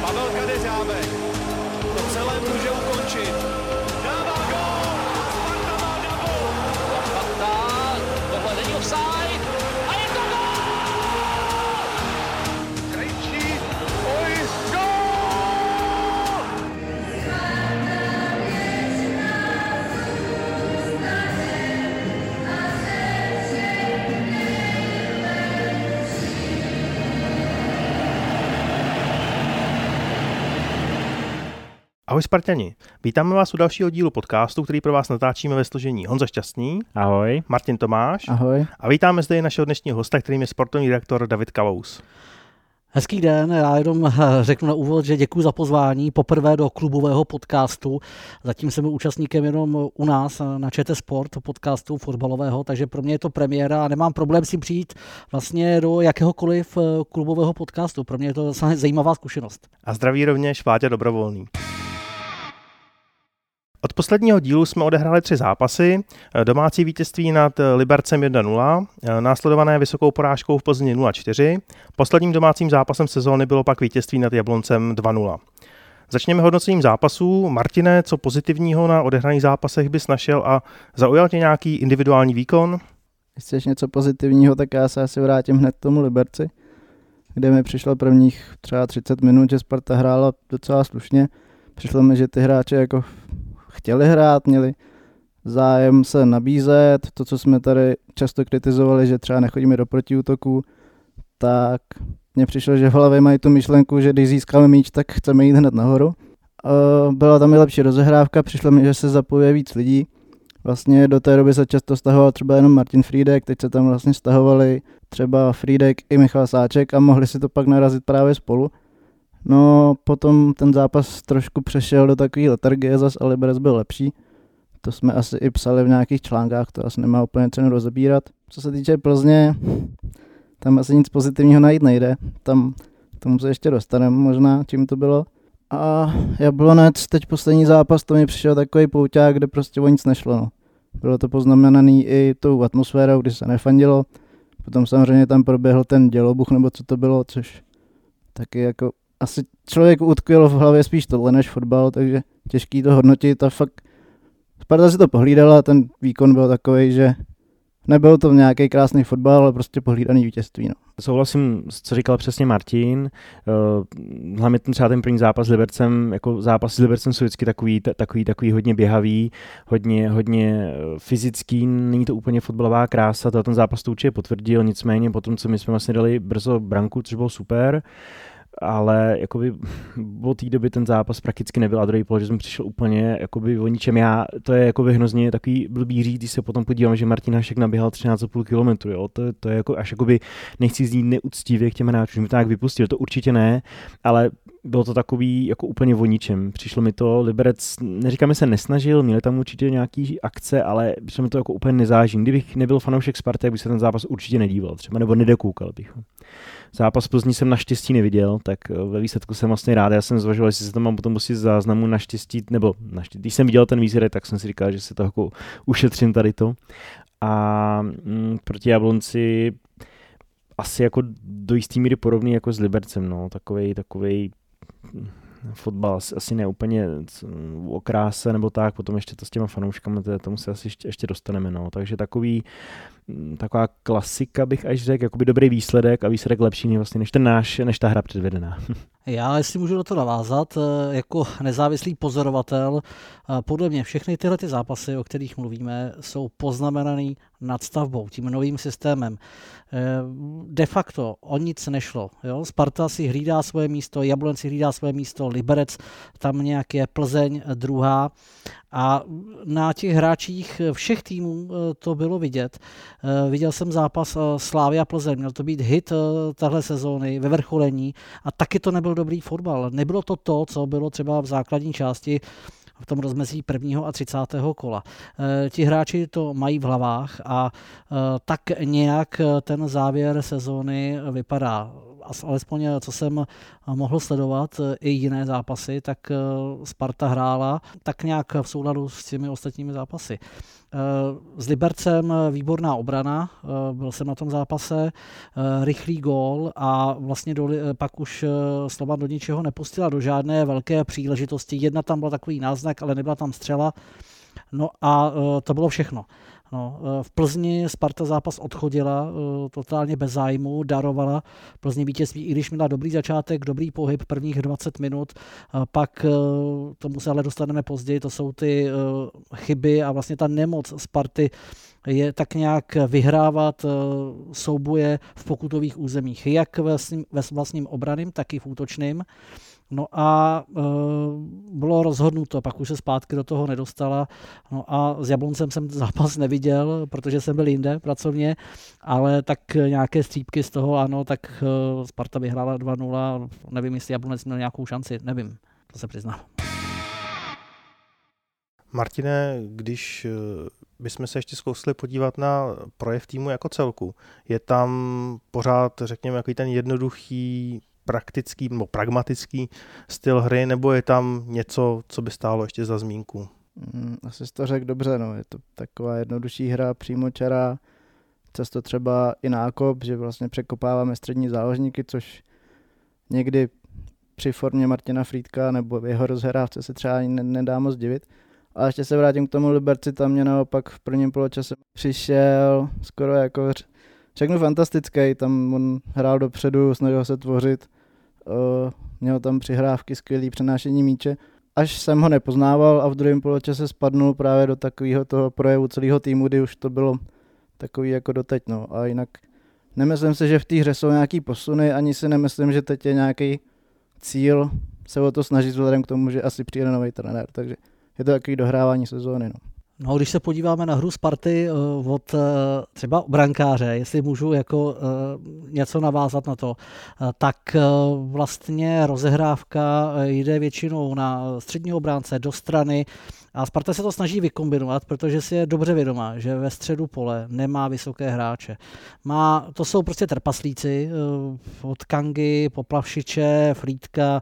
Pavel Kadeřábek to celé může ukončit. Dává gól! Sparta má double! Sparta, tohle není offside a je to gól! Krejčí, oj, gól! Ahoj Sparťani, vítáme vás u dalšího dílu podcastu, který pro vás natáčíme ve složení Honza Šťastný. Ahoj. Martin Tomáš. Ahoj. A vítáme zde i našeho dnešního hosta, kterým je sportovní redaktor David Kalous. Hezký den, já jenom řeknu na úvod, že děkuji za pozvání poprvé do klubového podcastu. Zatím jsem byl účastníkem jenom u nás na ČT Sport podcastu fotbalového, takže pro mě je to premiéra a nemám problém si přijít vlastně do jakéhokoliv klubového podcastu. Pro mě je to zajímavá zkušenost. A zdraví rovněž Vláďa Dobrovolný. Od posledního dílu jsme odehráli 3 zápasy, domácí vítězství nad Libercem 1-0, následované vysokou porážkou v Plzni 0-4, posledním domácím zápasem sezóny bylo pak vítězství nad Jabloncem 2-0. Začněme hodnocením zápasů. Martine, co pozitivního na odehraných zápasech bys našel a zaujal tě nějaký individuální výkon? Když chceš něco pozitivního, tak já se asi vrátím hned k tomu Liberci, kde mi přišlo prvních třeba 30 minut, že Sparta hrála docela slušně. Přišlo mi, že ty hráči jako chtěli hrát, měli zájem se nabízet, to, co jsme tady často kritizovali, že třeba nechodíme do protiútoku, tak mně přišlo, že v hlavě mají tu myšlenku, že když získáme míč, tak chceme jít hned nahoru. Byla tam i lepší rozehrávka, přišlo mi, že se zapojuje víc lidí. Vlastně do té doby se často stahoval třeba jenom Martin Frýdek, teď se tam vlastně stahovali třeba Frýdek i Michal Sáček a mohli si to pak narazit právě spolu. No, potom ten zápas trošku přešel do takové letargie zas a Liberec byl lepší. To jsme asi i psali v nějakých článkách, to asi nemá úplně cenu rozebírat. Co se týče Plzně, tam asi nic pozitivního najít nejde. Tam k tomu se ještě dostaneme možná, čím to bylo. A Jablonec, teď poslední zápas, to mi přišel takový pouťák, kde prostě o nic nešlo. No. Bylo to poznamenaný i tou atmosférou, kdy se nefandilo. Potom samozřejmě tam proběhl ten dělobuch, nebo co to bylo, což taky jako asi člověk utkvěl v hlavě spíš tohle než fotbal, takže těžký to hodnotit a fakt Sparta si to pohlídala, ten výkon byl takovej, že nebyl to nějaký krásný fotbal, ale prostě pohlídaný vítězství. No. Souhlasím, co říkal přesně Martin. Hlavně třeba ten první zápas s Libercem, jako zápas s Libercem jsou vždycky takový hodně běhavý, hodně fyzický, není to úplně fotbalová krása, ten zápas to určitě potvrdil, nicméně potom, co my jsme vlastně dali brzo branku, což bylo super, ale jakoby od té doby ten zápas prakticky nebyl a druhý polož, že jsem přišel úplně jakoby o ničem. To je jakoby hrozně takový blbý říct, když se potom podívám, že Martin Hašek naběhal 13,5 km, jo, to je jako až jakoby nechci znít neúctivě k těm hráčům, že mi to tak vypustil, to určitě ne, ale bylo to takový jako úplně o ničem. Přišlo mi to, Liberec, neříkáme se nesnažil, měli tam určitě nějaký akce, ale přišlo mi to jako úplně nezážím. Kdybych nebyl fanoušek Sparty, bych se ten zápas určitě nedíval, třeba nebo nedokoukal bych. Zápas Plzni jsem naštěstí neviděl, tak ve výsledku jsem vlastně rád. Já jsem zvažoval, jestli se to mám potom pustit záznamu naštěstí, nebo když jsem viděl ten výsledek, tak jsem si říkal, že se to jako ušetřím tady to. A proti Jablonci asi jako do jistý míry podobný jako s Libercem, no, takovej fotbal asi ne úplně o kráse nebo tak, potom ještě to s těma fanouškami, tomu se asi ještě dostaneme, no, takže taková klasika bych až řekl, jakoby dobrý výsledek a výsledek lepší vlastně než ta hra předvedená. Já, jestli můžu na to navázat, jako nezávislý pozorovatel, podle mě všechny tyhle ty zápasy, o kterých mluvíme, jsou poznamenaný nadstavbou, tím novým systémem. De facto o nic nešlo. Jo? Sparta si hlídá svoje místo, Jablonec si hlídá svoje místo, Liberec tam nějak je, Plzeň druhá. A na těch hráčích všech týmů to bylo vidět. Viděl jsem zápas Slavia Plzeň, měl to být hit tahle sezóny, ve vrcholení a taky to nebyl dobrý fotbal. Nebylo to, co bylo třeba v základní části v tom rozmezí 1. a 30. kola. Ti hráči to mají v hlavách a tak nějak ten závěr sezóny vypadá. alespoň co jsem mohl sledovat i jiné zápasy, tak Sparta hrála tak nějak v souladu s těmi ostatními zápasy. S Libercem výborná obrana, byl jsem na tom zápase, rychlý gól a vlastně pak už Slovan do ničeho nepustila, do žádné velké příležitosti. Jedna tam byla takový náznak, ale nebyla tam střela. No a to bylo všechno. No, v Plzni Sparta zápas odchodila totálně bez zájmu, darovala Plzni vítězství, i když měla dobrý začátek, dobrý pohyb prvních 20 minut, pak tomu se ale dostaneme později, to jsou ty chyby a vlastně ta nemoc Sparty je tak nějak vyhrávat souboje v pokutových územích, jak ve vlastním obranným, tak i v útočným. No a bylo rozhodnuto, pak už se zpátky do toho nedostala. No a s Jabloncem jsem zápas neviděl, protože jsem byl jinde pracovně, ale tak nějaké střípky z toho, ano, tak Sparta vyhrála 2-0, nevím, jestli Jablonec měl nějakou šanci, nevím, to se přiznám. Martine, když bychom se ještě zkusili podívat na projev týmu jako celku, je tam pořád, řekněme, jaký ten jednoduchý, praktický nebo pragmatický styl hry, nebo je tam něco, co by stálo ještě za zmínku? Asi jsi to řekl dobře, no. Je to taková jednodušší hra, přímočará, často třeba i nákop, že vlastně překopáváme střední záložníky, což někdy při formě Martina Frýdka nebo jeho rozhrávce se třeba ani nedá moc divit. A ještě se vrátím k tomu Liberci, tam mě naopak v prvním poločase přišel skoro jako řeknu fantastický, tam on hrál dopředu, snažil se tvořit, měl tam přihrávky, skvělý přenášení míče, až jsem ho nepoznával a v druhém poločase spadnul právě do takového toho projevu celého týmu, kdy už to bylo takový jako doteď, no. A jinak nemyslím si, že v té hře jsou nějaký posuny, ani si nemyslím, že teď je nějaký cíl se o to snažit vzhledem k tomu, že asi přijde nový trenér, takže je to takový dohrávání sezóny, no. No, když se podíváme na hru Sparty od třeba brankáře, jestli můžu jako něco navázat na to, tak vlastně rozehrávka jde většinou na středního obránce do strany a Sparta se to snaží vykombinovat, protože si je dobře vědomá, že ve středu pole nemá vysoké hráče. To jsou prostě trpaslíci od Kangy, Poplavšiče, Frýdka,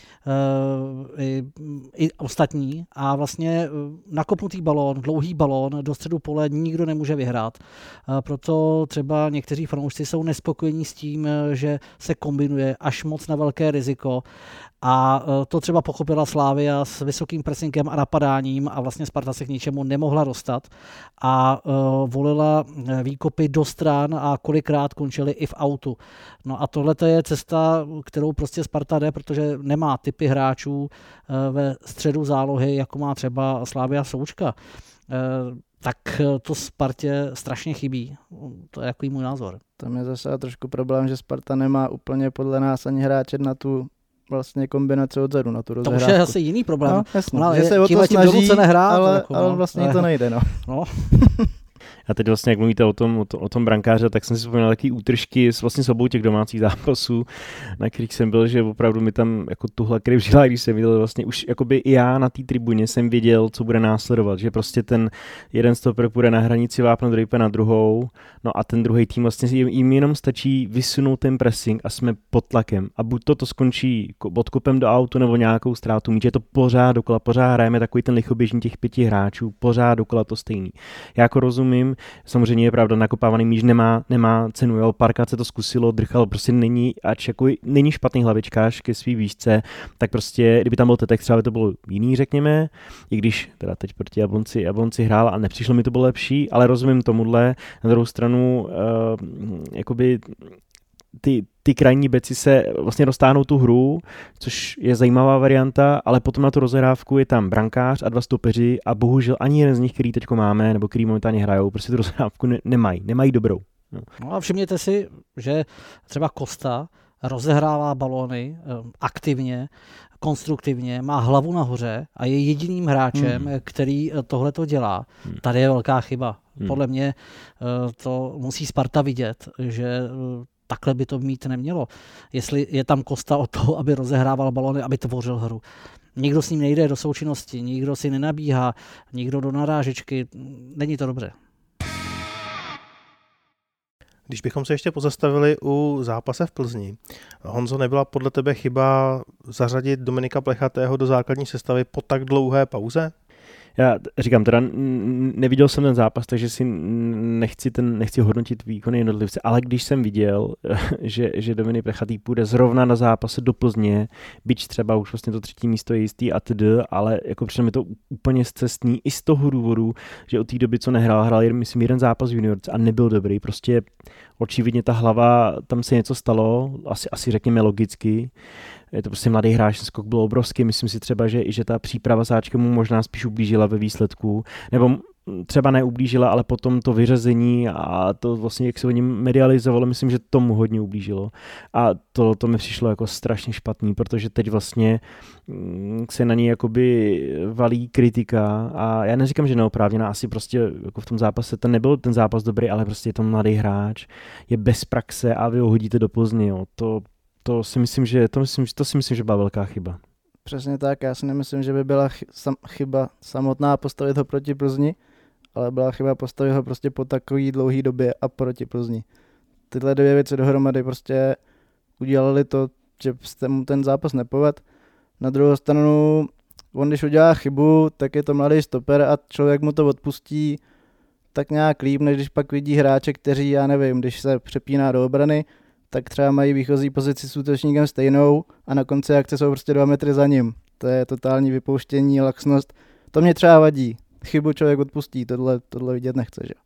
i ostatní a vlastně nakopnutý balón, dlouhý balón do středu pole nikdo nemůže vyhrát. Proto třeba někteří fanoušci jsou nespokojení s tím, že se kombinuje až moc na velké riziko a to třeba pochopila Slavia s vysokým pressingem a napadáním a vlastně Sparta se k ničemu nemohla dostat a volila výkopy do stran a kolikrát končily i v autu. No a tohle je cesta, kterou prostě Sparta jde, protože nemá typy hráčů ve středu zálohy, jako má třeba Slavia Součka. Tak to Spartě strašně chybí. To je jaký můj názor. Tam je zase trošku problém, že Sparta nemá úplně podle nás ani hráče na tu vlastně kombinaci odzadu, na tu rozehrávku. To už je asi jiný problém. No, jasně, že se o to snaží, se nehrát, ale vlastně to nejde. No. A teď vlastně, jak mluvíte o tom brankáře, tak jsem si vzpomněl taky útržky vlastně s obou těch domácích zápasů, na kterých jsem byl, že opravdu mi tam jako tuhle krev žila, když jsem viděl vlastně už jakoby i já na té tribuně jsem věděl, co bude následovat, že prostě ten jeden stoper půjde na hranici vápna, druhý na druhou, no a ten druhý tým vlastně jim jenom stačí vysunout ten pressing a jsme pod tlakem. A buď to skončí odkopem do autu nebo nějakou ztrátu míče, je to pořád dokola, pořád hrajeme takový ten lichoběžný těch 5 hráčů, pořád dokola to stejný. Já jako rozumím, samozřejmě je pravda, nakopávaný míč nemá cenu, jo, párkrát se to zkusilo, drchal, prostě není špatný hlavičkář ke svý výšce, tak prostě, kdyby tam byl Tetek, třeba by to bylo jiný, řekněme, i když teda teď proti Jablonci hrál a nepřišlo mi to bylo lepší, ale rozumím tomuhle, na druhou stranu, jakoby ty krajní beci se vlastně dostáhnou tu hru, což je zajímavá varianta, ale potom na tu rozehrávku je tam brankář a 2 stopeři a bohužel ani jeden z nich, který teďko máme, nebo který momentálně hrajou, prostě tu rozehrávku nemají dobrou. No a všimněte si, že třeba Costa rozehrává balóny aktivně, konstruktivně, má hlavu nahoře a je jediným hráčem, který tohle to dělá. Tady je velká chyba. Podle mě to musí Sparta vidět, že takhle by to mít nemělo. Jestli je tam Costa o toho, aby rozehrával balony, aby tvořil hru. Nikdo s ním nejde do součinnosti, nikdo si nenabíhá, nikdo do narážečky. Není to dobře. Když bychom se ještě pozastavili u zápase v Plzni, Honzo, nebyla podle tebe chyba zařadit Dominika Plechatého do základní sestavy po tak dlouhé pauze? Já říkám, teda neviděl jsem ten zápas, takže si nechci hodnotit výkony jednotlivce, ale když jsem viděl, že Dominik Plechatý půjde zrovna na zápase do Plzně, byť třeba už vlastně to 3. místo je jistý atd., ale jako přišlo mi to úplně scestný i z toho důvodu, že od té doby, co hrál myslím jeden zápas v juniorce a nebyl dobrý, prostě očividně ta hlava, tam se něco stalo, asi řekněme logicky. Je to prostě mladý hráč, skok byl obrovský, myslím si třeba, že ta příprava sáčka mu možná spíš ublížila ve výsledku, nebo třeba neublížila, ale potom to vyřazení a to vlastně, jak se o něm medializovalo, myslím, že tomu hodně ublížilo. A to mi přišlo jako strašně špatný, protože teď vlastně se na něj jakoby valí kritika a já neříkám, že neoprávněná, asi prostě jako v tom zápase, ten nebyl ten zápas dobrý, ale prostě je to mladý hráč, je bez praxe a vy ho hodíte do Plzně, jo. To si myslím, že byla velká chyba. Přesně tak, já si nemyslím, že by byla chyba samotná postavit ho proti Plzni, ale byla chyba postavit ho prostě po takové dlouhé době a proti Plzni. Tyhle dvě věci dohromady prostě udělali to, že jste mu ten zápas nepovedl. Na druhou stranu, on když udělá chybu, tak je to mladý stoper a člověk mu to odpustí tak nějak líp, než když pak vidí hráče, kteří, já nevím, když se přepíná do obrany, tak třeba mají výchozí pozici s útočníkem stejnou a na konci akce jsou prostě 2 metry za ním. To je totální vypouštění, laxnost. To mě třeba vadí. Chybu člověk odpustí, tohle vidět nechce, že?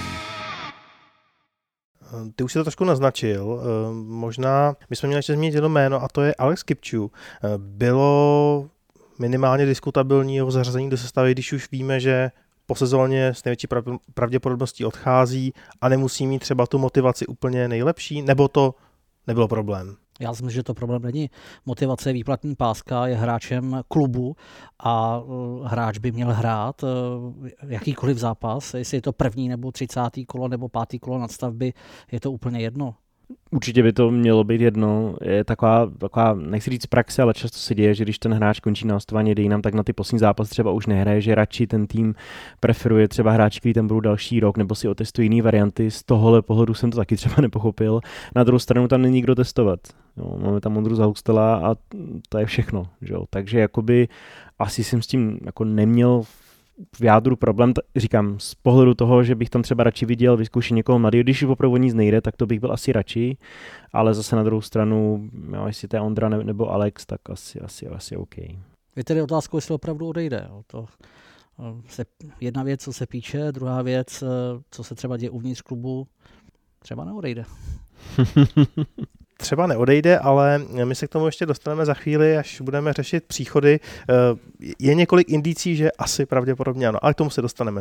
Ty už si to trošku naznačil. Možná, my jsme měli ještě zmínit jedno jméno a to je Alex Kipču. Bylo minimálně diskutabilní jeho zařazení do sestavy, když už víme, že po sezóně s největší pravděpodobností odchází a nemusí mít třeba tu motivaci úplně nejlepší, nebo to nebylo problém? Já myslím, že to problém není. Motivace je výplatní páska, je hráčem klubu a hráč by měl hrát jakýkoliv zápas, jestli je to 1. nebo 30. kolo nebo 5. kolo nadstavby, je to úplně jedno. Určitě by to mělo být jedno. Je taková, nechci říct praxe, ale často se děje, že když ten hráč končí na hostování, jde jinam, tak na ty poslední zápas třeba už nehraje, že radši ten tým preferuje třeba hráči, kteří tam budou další rok, nebo si otestují jiné varianty. Z tohohle pohledu jsem to taky třeba nepochopil. Na druhou stranu tam není nikdo testovat. Jo, máme tam Ondru Zahustela a to je všechno. Jo. Takže jakoby asi jsem s tím jako neměl v jádru problém, říkám, z pohledu toho, že bych tam třeba radši viděl vyzkoušet někoho mladého, když opravdu nic nejde, tak to bych byl asi radši, ale zase na druhou stranu, jo, jestli to je Ondra nebo Alex, tak asi OK. Je tedy otázkou, jestli opravdu odejde. To jedna věc, co se píše, druhá věc, co se třeba děje uvnitř klubu, třeba neodejde. Třeba neodejde, ale my se k tomu ještě dostaneme za chvíli, až budeme řešit příchody. Je několik indicí, že asi pravděpodobně ano, ale k tomu se dostaneme.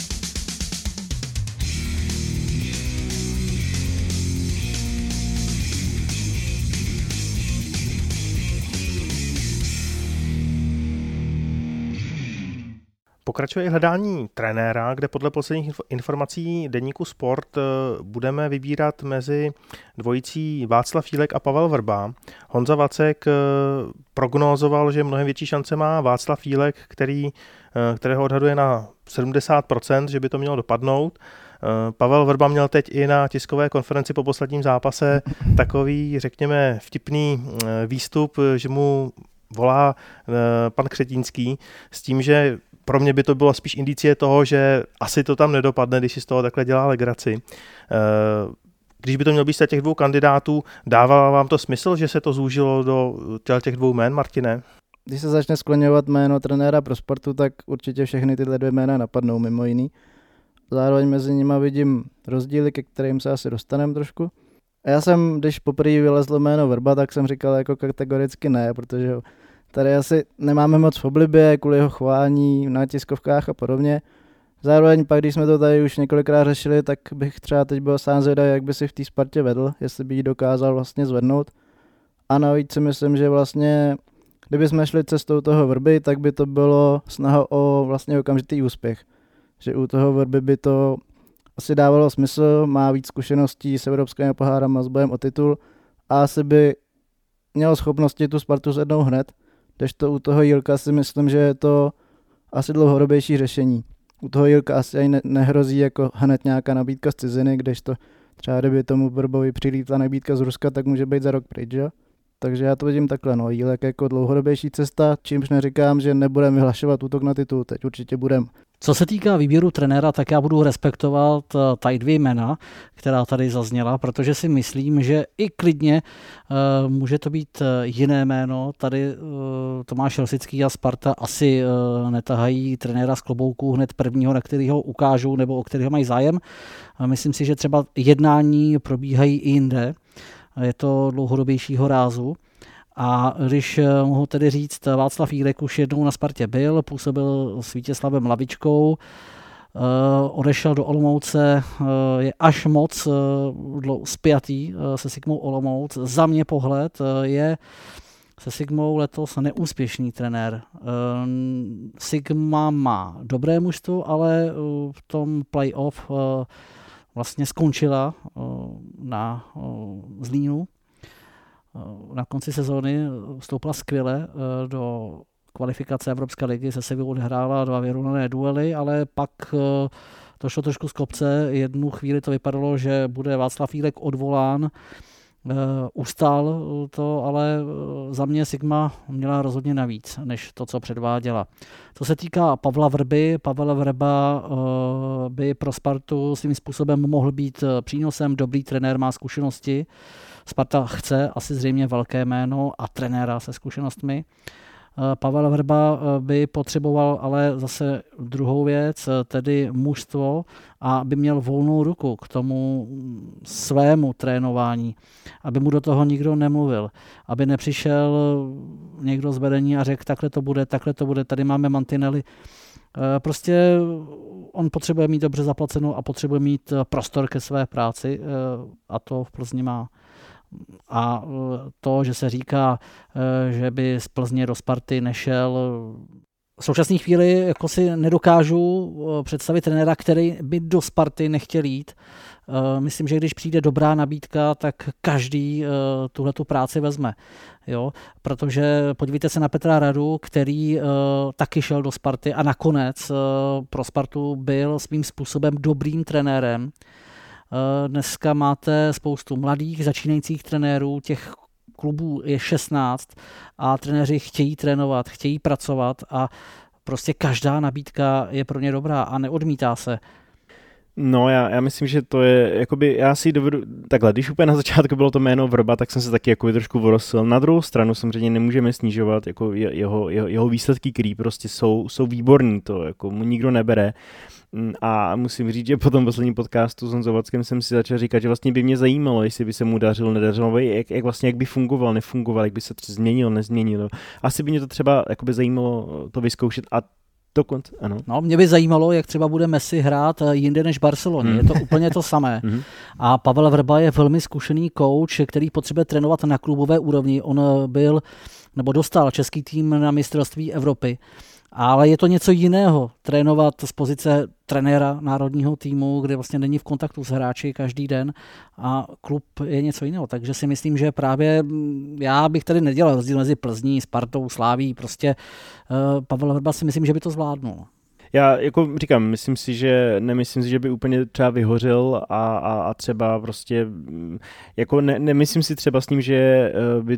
Pokračuje i hledání trenéra, kde podle posledních informací deníku Sport budeme vybírat mezi dvojicí Václav Fílek a Pavel Vrba. Honza Vacek prognózoval, že mnohem větší šance má Václav Fílek, kterého odhaduje na 70%, že by to mělo dopadnout. Pavel Vrba měl teď i na tiskové konferenci po posledním zápase takový, řekněme, vtipný výstup, že mu volá pan Křetínský s tím, že pro mě by to bylo spíš indicie toho, že asi to tam nedopadne, když si z toho takhle dělá legraci. Když by to měl být z těch 2 kandidátů, dává vám to smysl, že se to zúžilo do těch 2 jmén, Martine? Když se začne skloňovat jméno trenéra pro Spartu, tak určitě všechny tyhle 2 jména napadnou mimo jiný. Zároveň mezi nimi vidím rozdíly, ke kterým se asi dostaneme trošku. A já jsem, když poprvé vylezlo jméno Vrba, tak jsem říkal jako kategoricky ne, protože tady asi nemáme moc v oblibě kvůli jeho chování na tiskovkách a podobně. Zároveň pak, když jsme to tady už několikrát řešili, tak bych třeba teď byl sám zvědavý, jak by si v té Spartě vedl, jestli by ji dokázal vlastně zvednout. A navíc si myslím, že vlastně, kdyby jsme šli cestou toho Vrby, tak by to bylo snaha o vlastně okamžitý úspěch. Že u toho Vrby by to asi dávalo smysl, má víc zkušeností s evropskými pohárama, s bojem o titul a asi by měl schopnosti tu Spartu zvednout hned. Kdežto u toho Jilka si myslím, že je to asi dlouhodobější řešení. U toho Jilka asi ani nehrozí jako hned nějaká nabídka z ciziny, kdežto Třeba kdyby tomu Vrbovi přilítla nabídka z Ruska, tak může být za rok pryč, jo? Takže já to vidím takhle, no, Jílek jako dlouhodobější cesta, čímž neříkám, že nebudeme vyhlašovat útok na titul, teď určitě budeme. Co se týká výběru trenéra, tak já budu respektovat tady 2 jména, která tady zazněla, protože si myslím, že i klidně může to být jiné jméno. Tady Tomáš Rosický a Sparta asi netahají trenéra z klobouků hned prvního, na kterého ukážou nebo o kterého mají zájem. Myslím si, že třeba jednání probíhají i jinde. Je to dlouhodobějšího rázu. A když mohu tedy říct, Václav Jílek už jednou na Spartě byl, působil s Vítězslavem Lavičkou, odešel do Olomouce, je až moc spjatý se Sigmou Olomouc. Za mě pohled je se Sigmou letos neúspěšný trenér. Sigma má dobré mužstvo, ale v tom playoff vlastně skončila na Zlínu. Na konci sezóny vstoupila skvěle do kvalifikace Evropské ligy, se Sevillou odehrála 2 vyrovnané duely, ale pak to šlo trošku z kopce. Jednu chvíli to vypadalo, že bude Václav Jílek odvolán. Ustál to, ale za mě Sigma měla rozhodně navíc, než to, co předváděla. Co se týká Pavla Vrby, Pavel Vrba by pro Spartu svým způsobem mohl být přínosem, dobrý trenér, má zkušenosti. Sparta chce asi zřejmě velké jméno a trenéra se zkušenostmi. Pavel Vrba by potřeboval ale zase druhou věc, tedy mužstvo, a by měl volnou ruku k tomu svému trénování, aby mu do toho nikdo nemluvil, aby nepřišel někdo z vedení a řekl, takhle to bude, tady máme mantinely. Prostě on potřebuje mít dobře zaplacenou a potřebuje mít prostor ke své práci a to v Plzni má. A to, že se říká, že by z Plzně do Sparty nešel, v současné chvíli jako si nedokážu představit trenéra, který by do Sparty nechtěl jít. Myslím, že když přijde dobrá nabídka, tak každý tuhletu práci vezme. Jo? Protože podívejte se na Petra Radu, který taky šel do Sparty a nakonec pro Spartu byl svým způsobem dobrým trenérem. Dneska máte spoustu mladých, začínajících trenérů, těch klubů je 16 a trenéři chtějí trénovat, chtějí pracovat a prostě každá nabídka je pro ně dobrá a neodmítá se. No, já myslím, že to je, jakoby, já si dovedu, takhle, když úplně na začátku bylo to jméno Vrba, tak jsem se taky jakoby trošku vorosil. Na druhou stranu samozřejmě nemůžeme snižovat jako jeho výsledky, který prostě jsou výborný, to jako mu nikdo nebere. A musím říct, že po tom posledním podcastu s Honzou Vackem jsem si začal říkat, že vlastně by mě zajímalo, jestli by se mu dařilo, nedařilo, jak by fungoval, nefungoval, jak by se změnil, nezměnil. Asi by mě to třeba jakoby zajímalo to vyzkoušet a dokonce, ano. No, mě by zajímalo, jak třeba bude Messi hrát jinde než v Barceloně. Je to úplně to samé. A Pavel Vrba je velmi zkušený kouč, který potřebuje trénovat na klubové úrovni. On dostal český tým na mistrovství Evropy. Ale je to něco jiného trénovat z pozice trenéra národního týmu, kde vlastně není v kontaktu s hráči každý den a klub je něco jiného. Takže si myslím, že právě já bych tady nedělal rozdíl mezi Plzní, Spartou, Sláví, prostě Pavel Vrba si myslím, že by to zvládnul. Já jako říkám, nemyslím si, že by úplně třeba vyhořel a třeba prostě, jako nemyslím si třeba s ním, že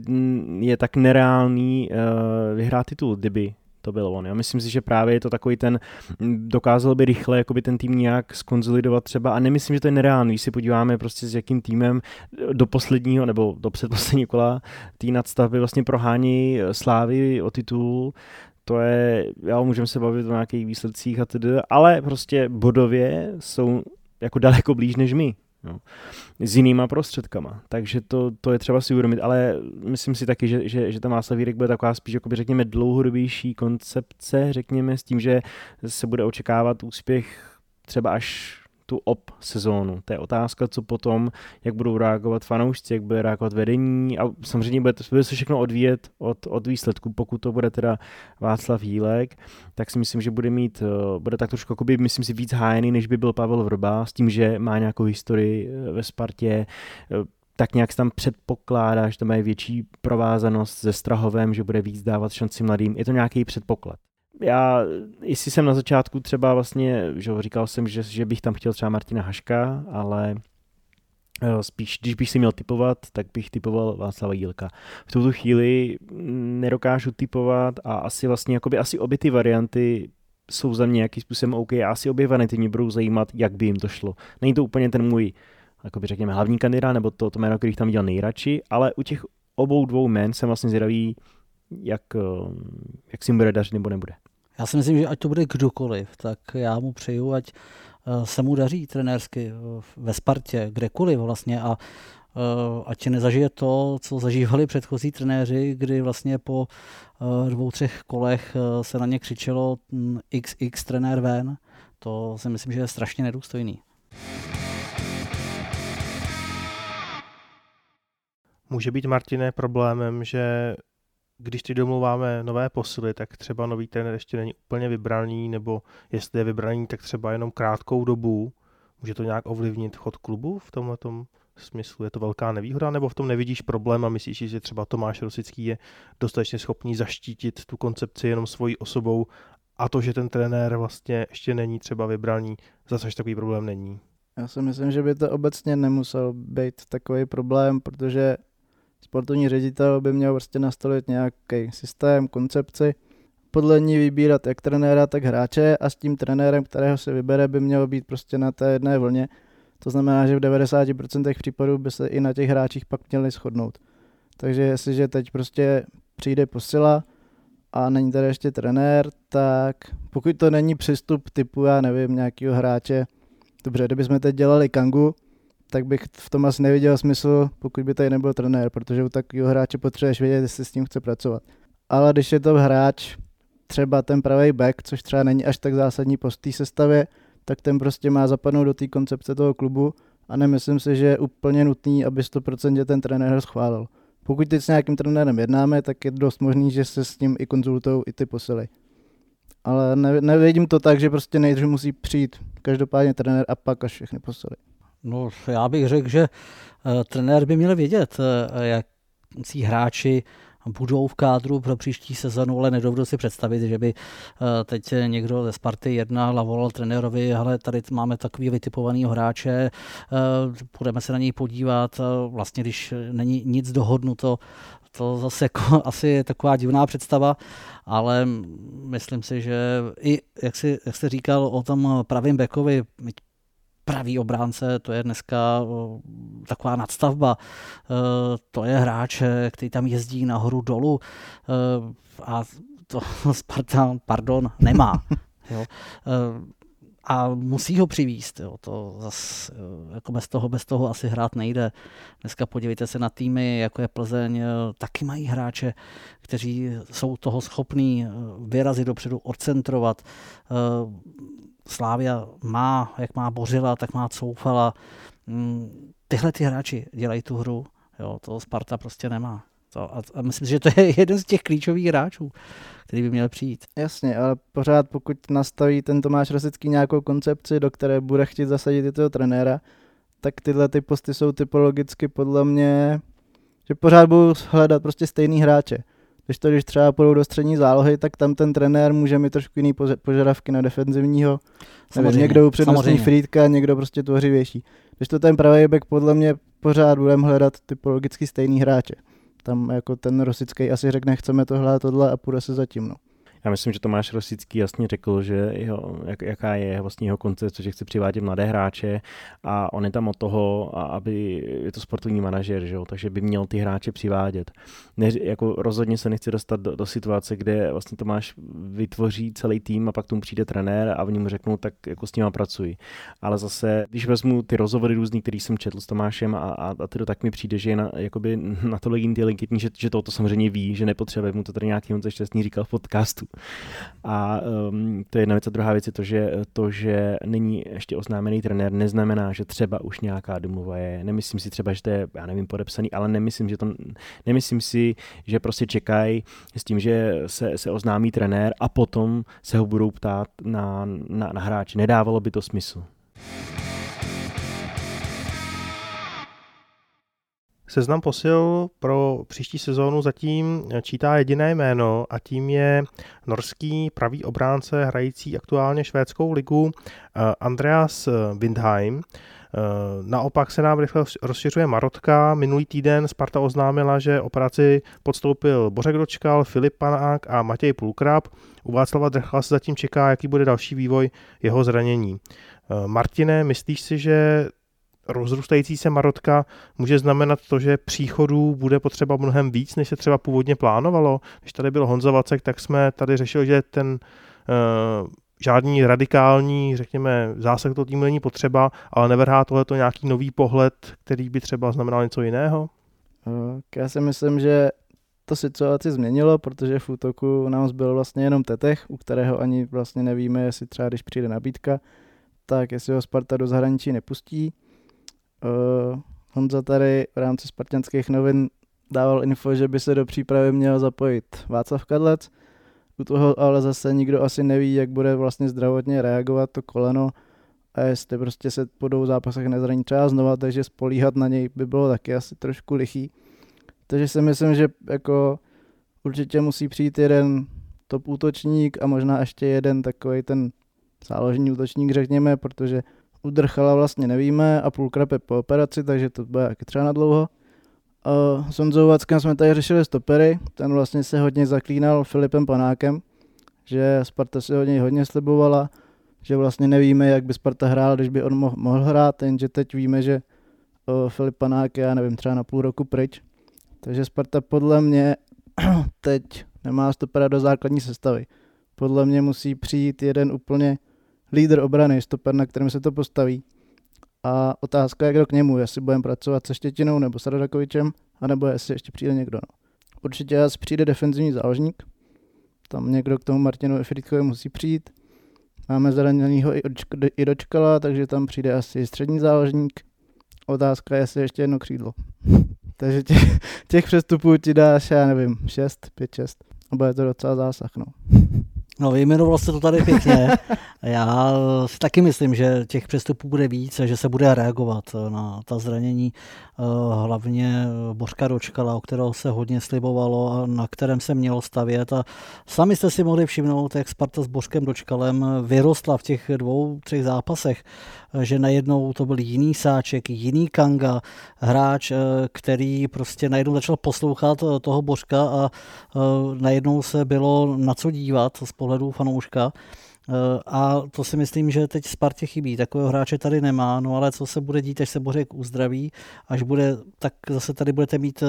je tak nereálný vyhrát titul, kdyby to byl on. Já myslím si, že právě je to takový dokázal by rychle jakoby ten tým nějak skonsolidovat třeba a nemyslím, že to je nereálný, když si podíváme prostě s jakým týmem do posledního nebo do předposledního kola té nadstavby vlastně prohání Slávy o titul. To je, můžeme se bavit o nějakých výsledcích a tedy, ale prostě bodově jsou jako daleko blíž než my. No. S jinýma prostředkama, takže to je třeba si uvědomit, ale myslím si taky, že ten Václav Jílek bude taková spíš jakoby, řekněme, dlouhodobější koncepce, řekněme, s tím, že se bude očekávat úspěch třeba až tu sezónu. To je otázka, co potom, jak budou reagovat fanoušci, jak bude reagovat vedení a samozřejmě bude se všechno odvíjet od výsledku. Pokud to bude teda Václav Jílek, tak si myslím, že bude tak trošku jakoby, myslím si, víc hájený, než by byl Pavel Vrba, s tím, že má nějakou historii ve Spartě, tak nějak se tam předpokládá, že to má větší provázanost se Strahovem, že bude víc dávat šanci mladým. Je to nějaký předpoklad. Já, jestli jsem na začátku třeba vlastně, že říkal jsem, že bych tam chtěl třeba Martina Haška, ale Spíš, když bych si měl tipovat, tak bych tipoval Václava Jílka. V tuto chvíli nedokážu tipovat a asi vlastně asi obě ty varianty jsou za mě nějakým způsobem OK a asi obě varianty mě budou zajímat, jak by jim to šlo. Není to úplně ten můj, jakoby řekněme, hlavní kandidát, nebo to jméno, kterých tam viděl nejradši, ale u těch obou dvou jmen jsem vlastně zvědavý, jak si mu bude dařit nebo nebude. Já si myslím, že ať to bude kdokoliv, tak já mu přeju, ať se mu daří trenérsky ve Spartě, kdekoliv vlastně a ať nezažije to, co zažívali předchozí trenéři, kdy vlastně po 2-3 kolech se na ně křičelo XX trenér ven. To si myslím, že je strašně nedůstojný. Může být, Martine, problémem, že když ty domluváme nové posily, tak třeba nový trenér ještě není úplně vybraný, nebo jestli je vybraný, tak třeba jenom krátkou dobu. Může to nějak ovlivnit chod klubu v tomhletom smyslu? Je to velká nevýhoda, nebo v tom nevidíš problém a myslíš, že třeba Tomáš Rosický je dostatečně schopný zaštítit tu koncepci jenom svojí osobou a to, že ten trenér vlastně ještě není třeba vybraný, zase až takový problém není? Já si myslím, že by to obecně nemusel být takový problém, protože sportovní ředitel by měl prostě nastavit nějaký systém, koncepci, podle ní vybírat jak trenéra, tak hráče a s tím trenérem, kterého se vybere, by mělo být prostě na té jedné vlně. To znamená, že v 90% případů by se i na těch hráčích pak měli shodnout. Takže jestliže teď prostě přijde posila a není tady ještě trenér, tak pokud to není přístup typu, já nevím, nějakého hráče, dobře, kdybychom teď dělali Kangu, tak bych v tom asi neviděl smysl, pokud by tady nebyl trenér, protože u takového hráče potřebuješ vědět, jestli s ním chce pracovat. Ale když je to hráč, třeba ten pravý back, což třeba není až tak zásadní post té sestavě, tak ten prostě má zapadnout do té koncepce toho klubu a nemyslím si, že je úplně nutný, aby 100% ten trenér ho schválil. Pokud teď s nějakým trenérem jednáme, tak je dost možný, že se s ním i konzultují i ty posily. Ale nevidím to tak, že prostě nejdřív musí přijít každopádně trenér a pak až všechny posily. No, já bych řekl, že trenér by měl vědět, jaký hráči budou v kádru pro příští sezonu, ale nedovedu si představit, že by teď někdo ze Sparty jednal a volal trenérovi, hele, tady máme takový vytipovanýho hráče, půjdeme se na něj podívat, vlastně když není nic dohodnuto, to zase jako asi je taková divná představa, ale myslím si, že i, jak jsi říkal o tom pravým backovi, pravý obránce, to je dneska taková nadstavba. To je hráč, který tam jezdí nahoru dolů a to Sparta, nemá. Jo. A musí ho přivízt. Jo. To zase, jako bez toho asi hrát nejde. Dneska podívejte se na týmy, jako je Plzeň, taky mají hráče, kteří jsou toho schopní vyrazit dopředu, odcentrovat. Slávia má, jak má Bořila, tak má Coufala. Tyhle ty hráči dělají tu hru, jo, to Sparta prostě nemá. A myslím si, že to je jeden z těch klíčových hráčů, který by měl přijít. Jasně, ale pořád pokud nastaví ten Tomáš Rosický nějakou koncepci, do které bude chtít zasadit i toho trenéra, tak tyhle ty posty jsou typologicky podle mě, že pořád budou hledat prostě stejný hráče. Když třeba půjdou do střední zálohy, tak tam ten trenér může mít trošku jiný požadavky na defenzivního. Nevím, někdo upřednostní Frýdka, někdo prostě tvořivější. Když to ten pravý back, podle mě pořád budeme hledat typologicky stejný hráče. Tam jako ten Rosický asi řekne, chceme tohle a půjde se zatím. No. Já myslím, že Tomáš Rosický jasně řekl, že jaká je vlastně jeho koncepce, že chce přivádět mladé hráče a on je tam od toho, aby je to sportovní manažer, že jo? Takže by měl ty hráče přivádět. Jako rozhodně se nechci dostat do situace, kde vlastně Tomáš vytvoří celý tým a pak tomu přijde trenér a oni mu řeknou, tak jako s nima pracuji. Ale zase, když vezmu ty rozhovory různý, který jsem četl s Tomášem a to tak mi přijde, že je natolik inteligentní, že to samozřejmě ví, že nepotřebuje, mu to tady nějaký Honza Šťastný říkal v podcastu. A to je jedna věc a druhá věc je to, že není ještě oznámený trenér, neznamená, že třeba už nějaká domluva je. Nemyslím si třeba, že to je, já nevím, podepsaný, ale nemyslím si, že prostě čekají s tím, že se oznámí trenér a potom se ho budou ptát na hráče. Nedávalo by to smysl. Seznam posil pro příští sezónu zatím čítá jediné jméno a tím je norský pravý obránce hrající aktuálně švédskou ligu Andreas Windheim. Naopak se nám rychle rozšiřuje Marotka. Minulý týden Sparta oznámila, že operaci podstoupil Bořek Dočkal, Filip Panák a Matěj Půlkrab. U Václava Drchla se zatím čeká, jaký bude další vývoj jeho zranění. Martine, myslíš si, že rozrůstající se Marotka může znamenat to, že příchodů bude potřeba mnohem víc, než se třeba původně plánovalo? Když tady byl Honza Vacek, tak jsme tady řešili, že ten žádný radikální, řekněme, zásah toho týmu není potřeba, ale nevrhá tohleto nějaký nový pohled, který by třeba znamenal něco jiného? Já si myslím, že to situaci změnilo, protože v útoku nám zbyl vlastně jenom Tetech, u kterého ani vlastně nevíme, jestli třeba když přijde nabídka, tak jestli ho Sparta do zahraničí nepustí. Honza tady v rámci Spartanských novin dával info, že by se do přípravy měl zapojit Václav Kadlec. U toho ale zase nikdo asi neví, jak bude vlastně zdravotně reagovat to koleno a jestli prostě se po dvou zápasech nezraní třeba znova, takže spolíhat na něj by bylo taky asi trošku lichý. Takže si myslím, že jako určitě musí přijít jeden top útočník a možná ještě jeden takovej ten záložní útočník, řekněme, protože u Drchala vlastně nevíme a Půlkrab je po operaci, takže to bude taky třeba na dlouho. S Honzou Vackem jsme tady řešili stopery, ten vlastně se hodně zaklínal Filipem Panákem, že Sparta si od něj hodně slibovala, že vlastně nevíme, jak by Sparta hrál, když by on mohl hrát, jenže teď víme, že Filip Panák je, já nevím, třeba na půl roku pryč. Takže Sparta podle mě teď nemá stopera do základní sestavy. Podle mě musí přijít jeden úplně lídr obrany, stoper, na kterém se to postaví. A otázka je, kdo k němu, jestli budeme pracovat se Štětinou nebo s Radakovičem, anebo jestli ještě přijde někdo. No. Určitě asi přijde defenzivní záložník, tam někdo k tomu Martinu Frýdkovi musí přijít. Máme zraněnýho i Dočkala, takže tam přijde asi střední záložník. Otázka je, jestli ještě jedno křídlo. Takže těch přestupů ti dáš, já nevím, 5-6. A bude to docela zásah, no. No, vyjmenoval jste to tady pěkně. Já si taky myslím, že těch přestupů bude víc a že se bude reagovat na ta zranění, hlavně Bořka Dočkala, o kterého se hodně slibovalo a na kterém se mělo stavět. A sami jste si mohli všimnout, jak Sparta s Bořkem Dočkalem vyrostla v těch 2-3 zápasech, že najednou to byl jiný Sáček, jiný Kanga, hráč, který prostě najednou začal poslouchat toho Bořka a najednou se bylo na co dívat z pohledu fanouška. A to si myslím, že teď Spartě chybí. Takového hráče tady nemá, no ale co se bude dít, až se Bořek uzdraví, až bude, tak zase tady budete mít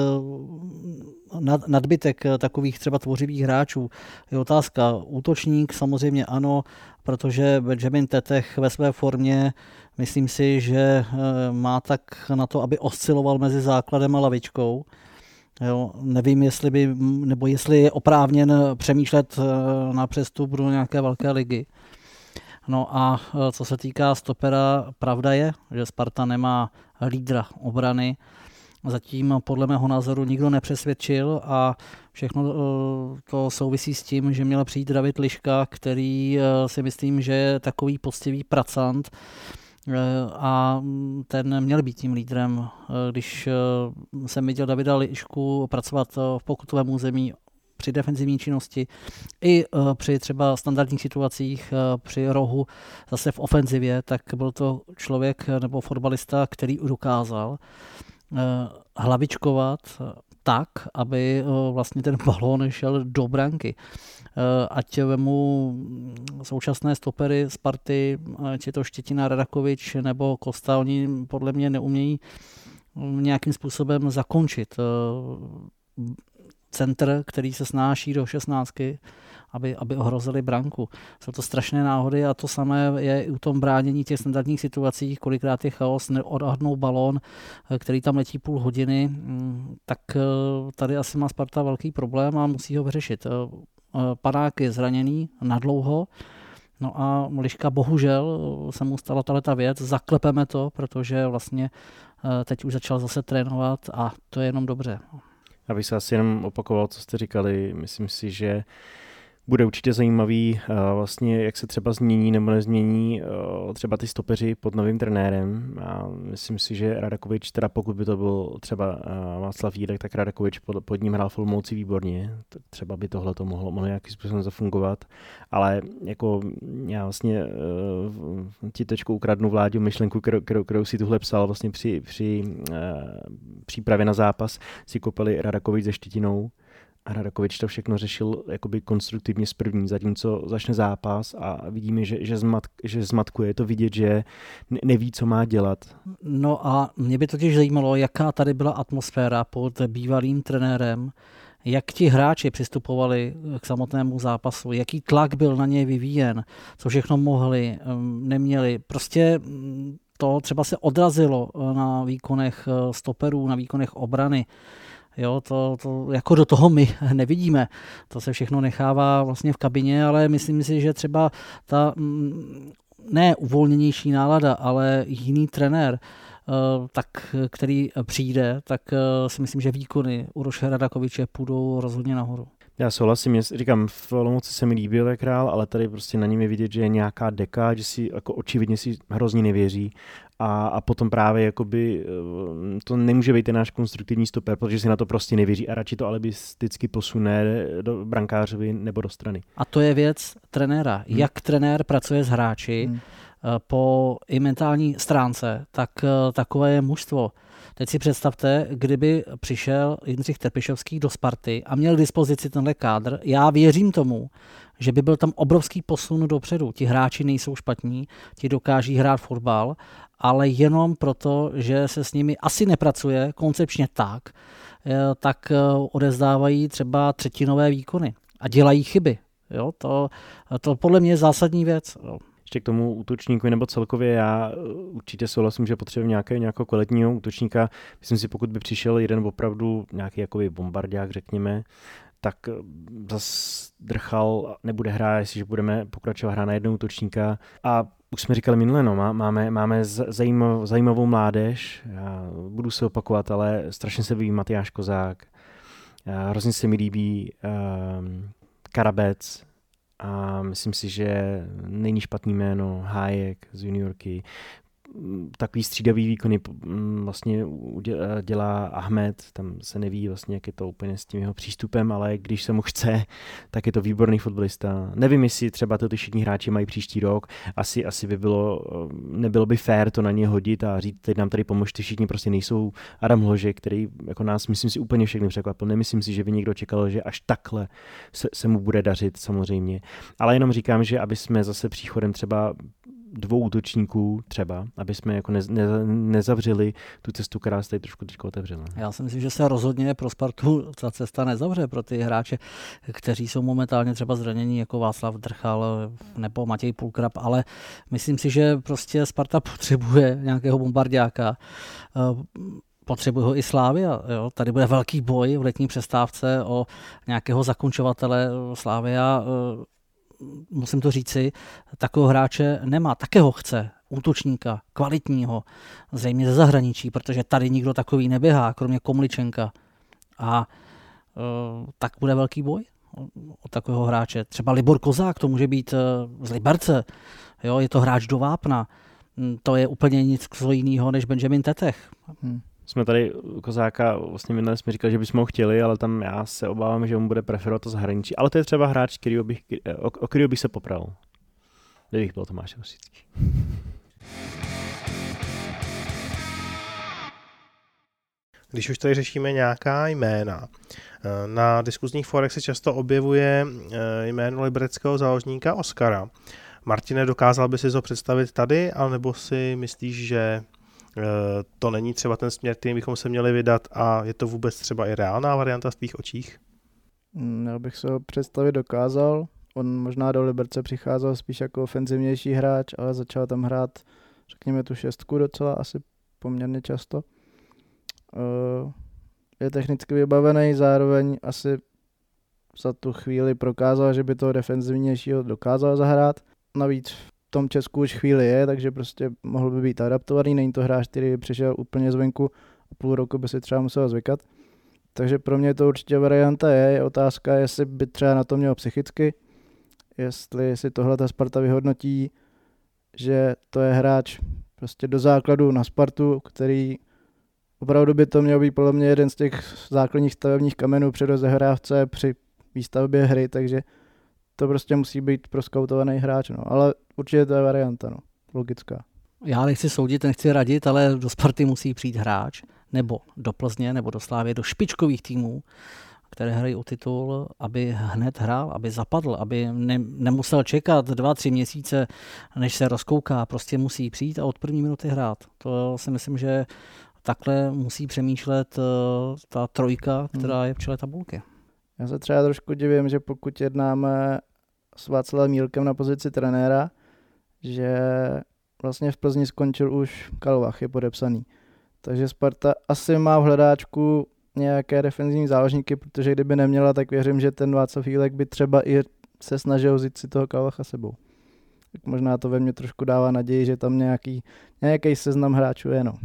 nadbytek takových třeba tvořivých hráčů. Je otázka, útočník samozřejmě ano, protože Benjamin Tetech ve své formě, myslím si, že má tak na to, aby osciloval mezi základem a lavičkou. Jo, nevím, jestli je oprávněn přemýšlet na přestup do nějaké velké ligy. No a co se týká stopera, pravda je, že Sparta nemá lídra obrany. Zatím podle mého názoru nikdo nepřesvědčil a všechno to souvisí s tím, že měl přijít David Liška, který si myslím, že je takový poctivý pracant, a ten měl být tím lídrem. Když jsem viděl Davida Lišku pracovat v pokutovém území při defenzivní činnosti i při třeba standardních situacích při rohu zase v ofenzivě, tak byl to člověk nebo fotbalista, který dokázal hlavičkovat tak, aby vlastně ten balón šel do branky. Ať vemu současné stopery Sparty, ať je to Štětina, Radakovič nebo Kosta, oni podle mě neumějí nějakým způsobem zakončit centr, který se snáší do 16, aby ohrozili branku. Jsou to strašné náhody a to samé je i u tom bránění těch standardních situacích, kolikrát je chaos, neodhadnou balón, který tam letí půl hodiny, tak tady asi má Sparta velký problém a musí ho vyřešit. Panák je zraněný nadlouho, no a Liška bohužel se mu stala tato věc, zaklepeme to, protože vlastně teď už začal zase trénovat a to je jenom dobře. Abych se asi jenom opakoval, co jste říkali, myslím si, že Bude určitě zajímavý vlastně, jak se třeba změní nebo nezmění třeba ty stopeři pod novým trenérem. A myslím si, že Radakovič, teda pokud by to byl třeba Václav Jídek, tak Radakovič pod ním hrál v Olomouci výborně. Tak třeba by tohle to mohlo nějakým způsobem zafungovat. Ale jako já vlastně ti teďko ukradnu Vláďu myšlenku, kterou si tuhle psal vlastně při přípravě na zápas, si kopali Radakovič se Štětinou. A Radakovič to všechno řešil jakoby konstruktivně z první, zatímco začne zápas a vidíme, že zmatkuje. Je to vidět, že neví, co má dělat. No a mě by totiž zajímalo, jaká tady byla atmosféra pod bývalým trenérem, jak ti hráči přistupovali k samotnému zápasu, jaký tlak byl na ně vyvíjen, co všechno mohli, neměli. Prostě to třeba se odrazilo na výkonech stoperů, na výkonech obrany. Jo, to jako do toho my nevidíme. To se všechno nechává vlastně v kabině, ale myslím si, že třeba ta ne uvolněnější nálada, ale jiný trenér, který přijde, tak si myslím, že výkony Uroše Radakoviče půjdou rozhodně nahoru. Já souhlasím, říkám, v Olomouci se mi líbil jak hrál, ale tady prostě na něm je vidět, že je nějaká deka, že si jako očividně si hrozně nevěří a potom právě jakoby to nemůže být ten náš konstruktivní stoper, protože si na to prostě nevěří a radši to alibisticky posune do brankářovi nebo do strany. A to je věc trenéra. Jak trenér pracuje s hráči po i mentální stránce, tak takové je mužstvo. Teď si představte, kdyby přišel Jindřich Trpišovský do Sparty a měl k dispozici tenhle kádr, já věřím tomu, že by byl tam obrovský posun dopředu. Ti hráči nejsou špatní, ti dokáží hrát fotbal, ale jenom proto, že se s nimi asi nepracuje koncepčně tak odevzdávají třeba třetinové výkony a dělají chyby. Jo? To podle mě je zásadní věc. Jo. Ještě k tomu útočníku nebo celkově já určitě souhlasím, že potřebujeme nějakého kvalitního útočníka. Myslím si, pokud by přišel jeden opravdu nějaký jakoby bombardák, řekněme, tak zas Drchal nebude hrát, jestliže budeme pokračovat hrát na jednoho útočníka. A už jsme říkali minule, máme zajímavou mládež, já budu se opakovat, ale strašně se líbí Matyáš Kozák, hrozně se mi líbí Karabec, a myslím si, že není špatný jméno Hájek z juniorky. Takový střídavý výkony vlastně dělá Ahmed, tam se neví vlastně, jak je to úplně s tím jeho přístupem, ale když se mu chce, tak je to výborný fotbalista. Nevím, jestli třeba ty všichni hráči mají příští rok, asi by nebylo by fér to na ně hodit a říct, teď nám tady pomožte, všichni prostě nejsou. Adam Hložek, který jako nás, myslím si, úplně všechny překvapil. Nemyslím si, že by někdo čekal, že až takhle se mu bude dařit samozřejmě. Ale jenom říkám, že aby jsme zase příchodem třeba 2 útočníků třeba, aby jsme jako nezavřeli tu cestu, která se tady trošku teď otevřela. Já si myslím, že se rozhodně pro Spartu ta cesta nezavře pro ty hráče, kteří jsou momentálně třeba zranění, jako Václav Drchal nebo Matěj Pulkrab, ale myslím si, že prostě Sparta potřebuje nějakého bombardáka. Potřebuje ho i Slavia. Jo? Tady bude velký boj v letní přestávce o nějakého zakončovatele. Slavia, musím to říci, takového hráče nemá. Také ho chce, útočníka, kvalitního, zřejmě ze zahraničí, protože tady nikdo takový neběhá, kromě Komličenka. A tak bude velký boj o takového hráče. Třeba Libor Kozák, to může být z Liberce, jo? Je to hráč do vápna. To je úplně nic jiného než Benjamin Tetech. Jsme tady Kozáka, vlastně minule jsme říkali, že bychom ho chtěli, ale tam já se obávám, že on bude preferovat to zahraničí. Ale to je třeba hráč, o kterého bych se popral. Kdybych byl Tomáš Rosický. Když už tady řešíme nějaká jména, na diskuzních forech se často objevuje jméno libereckého záložníka Oskara. Martine, dokázal by si ho představit tady, anebo si myslíš, že to není třeba ten směr, kterým bychom se měli vydat a je to vůbec třeba i reálná varianta v tvých očích? Já bych se ho představit dokázal. On možná do Liberce přicházel spíš jako ofenzivnější hráč, ale začal tam hrát, řekněme, tu 6 docela asi poměrně často. Je technicky vybavený, zároveň asi za tu chvíli prokázal, že by toho defenzivnějšího dokázal zahrát. Navíc v tom Česku už chvíli je, takže prostě mohl by být adaptovaný. Není to hráč, který přišel úplně zvenku a půl roku by si třeba musel zvykat. Takže pro mě to určitě varianta je otázka, jestli by třeba na to měl psychicky. jestli si tohle ta Sparta vyhodnotí, že to je hráč prostě do základu na Spartu, který opravdu by to měl být podle mě jeden z těch základních stavebních kamenů při rozehrávce, při výstavbě hry, takže to prostě musí být proskautovaný hráč, no. Ale určitě to je varianta, no. Logická. Já nechci soudit, nechci radit, ale do Sparty musí přijít hráč, nebo do Plzně, nebo do Slávie, do špičkových týmů, které hrají o titul, aby hned hrál, aby zapadl, aby nemusel čekat 2-3 měsíce, než se rozkouká. Prostě musí přijít a od první minuty hrát. To si myslím, že takhle musí přemýšlet ta trojka, která je v čele tabulky. Já se třeba trošku divím, že pokud jednáme s Václavem Mílkem na pozici trenéra, že vlastně v Plzni skončil už Kalvach, je podepsaný. Takže Sparta asi má v hledáčku nějaké defenzivní záložníky, protože kdyby neměla, tak věřím, že ten Václav Jílek by třeba i se snažil vzít si toho Kalvacha sebou. Tak možná to ve mně trošku dává naději, že tam nějaký seznam hráčů je, no.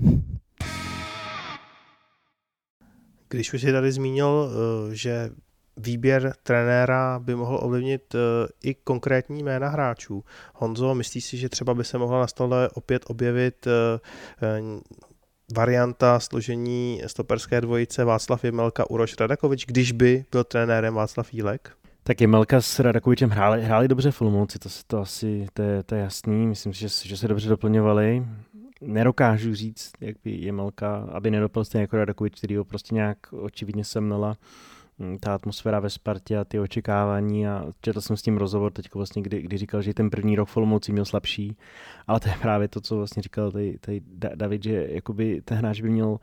Když už jsi tady zmínil, že výběr trenéra by mohl ovlivnit i konkrétní jména hráčů. Honzo, myslíš si, že třeba by se mohla na stole opět objevit varianta složení stoperské dvojice Václav Jemelka, Uroš Radakovič, když by byl trenérem Václav Jílek? Tak Jemelka s Radakovičem hráli dobře v Olomouci, to je jasný, myslím si, že se dobře doplňovali. Nedokážu říct, jak by Jemelka, aby nedopil stejně jako Radakovič, který ho prostě nějak očividně semnala ta atmosféra ve Spartě a ty očekávání, a četl jsem s tím rozhovor teď vlastně, kdy říkal, že ten první rok v Olomouci měl slabší, ale to je právě to, co vlastně říkal tady David, že jakoby ten hráč by měl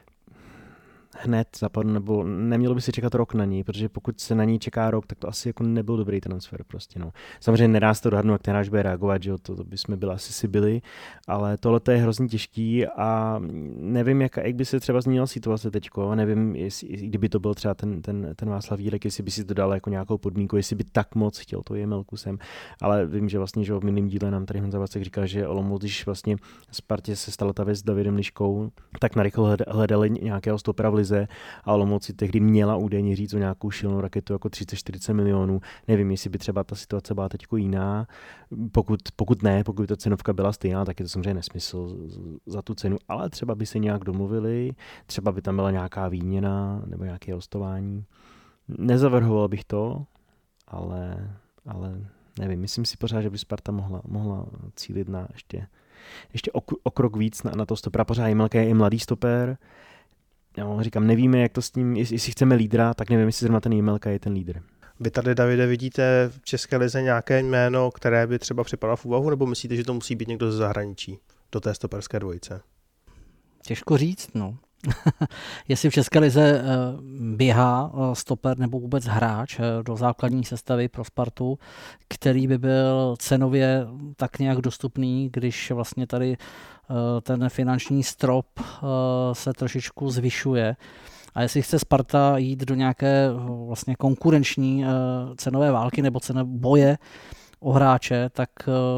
hned zapadnout, nebo nemělo by se čekat rok na ní, protože pokud se na ní čeká rok, tak to asi jako nebyl dobrý transfer prostě, no. Samozřejmě nedá se to dohadnout, jak ten hráč bude reagovat, že jo, to bychom byli, ale tohle je hrozně těžký a nevím, jak by se třeba změnila situace teďko, nevím, kdyby to byl třeba ten Václav Jílek, jestli by si to dal jako nějakou podmínku, jestli by tak moc chtěl to Jemelku sem, ale vím, že vlastně, že v minulém díle nám tady Honza Vacek říkal, že Olomouc, když vlastně Spartě se stala ta věc s Davidem Liškou, tak narychlo hledali nějakého stopera v lize a Olomouc si tehdy měla údajně říct o nějakou šilnou raketu jako 30-40 milionů. Nevím, jestli by třeba ta situace byla teď jiná. Pokud by ta cenovka byla stejná, tak je to samozřejmě nesmysl za tu cenu, ale třeba by se nějak domluvili, třeba by tam byla nějaká výměna nebo nějaké hostování. Nezavrhoval bych to, ale nevím, myslím si pořád, že by Sparta mohla cílit na ještě o krok víc na to stopera. Pořád Jemelka je i mladý stoper. Jo, říkám, nevíme, jak to s tím, jestli chceme lídra, tak nevím, jestli zrovna ten Jemelka je ten lídr. Vy tady, Davide, vidíte v České lize nějaké jméno, které by třeba připadalo v úvahu, nebo myslíte, že to musí být někdo ze zahraničí do té stoperské dvojice? Těžko říct, no. Jestli v České lize běhá stoper nebo vůbec hráč do základní sestavy pro Spartu, který by byl cenově tak nějak dostupný, když vlastně tady ten finanční strop se trošičku zvyšuje. A jestli chce Sparta jít do nějaké vlastně konkurenční cenové války nebo boje o hráče, tak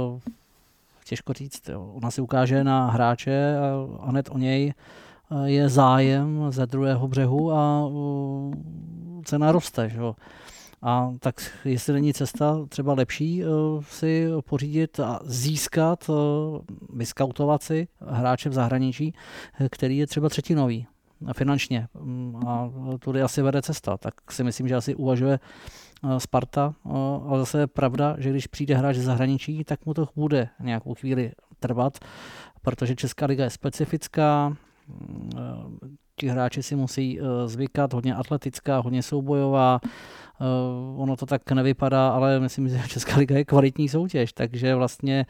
těžko říct. Jo. Ona si ukáže na hráče a hned o něj je zájem ze druhého břehu a cena roste. Že? A tak jestli není cesta třeba lepší si pořídit a získat, vyskautovat si hráče v zahraničí, který je třeba třetinový finančně a tudy asi vede cesta, tak si myslím, že asi uvažuje Sparta, ale zase je pravda, že když přijde hráč ze zahraničí, tak mu to bude nějakou chvíli trvat, protože Česká liga je specifická, ti hráči si musí zvykat, hodně atletická, hodně soubojová, ono to tak nevypadá, ale myslím, že Česká liga je kvalitní soutěž, takže vlastně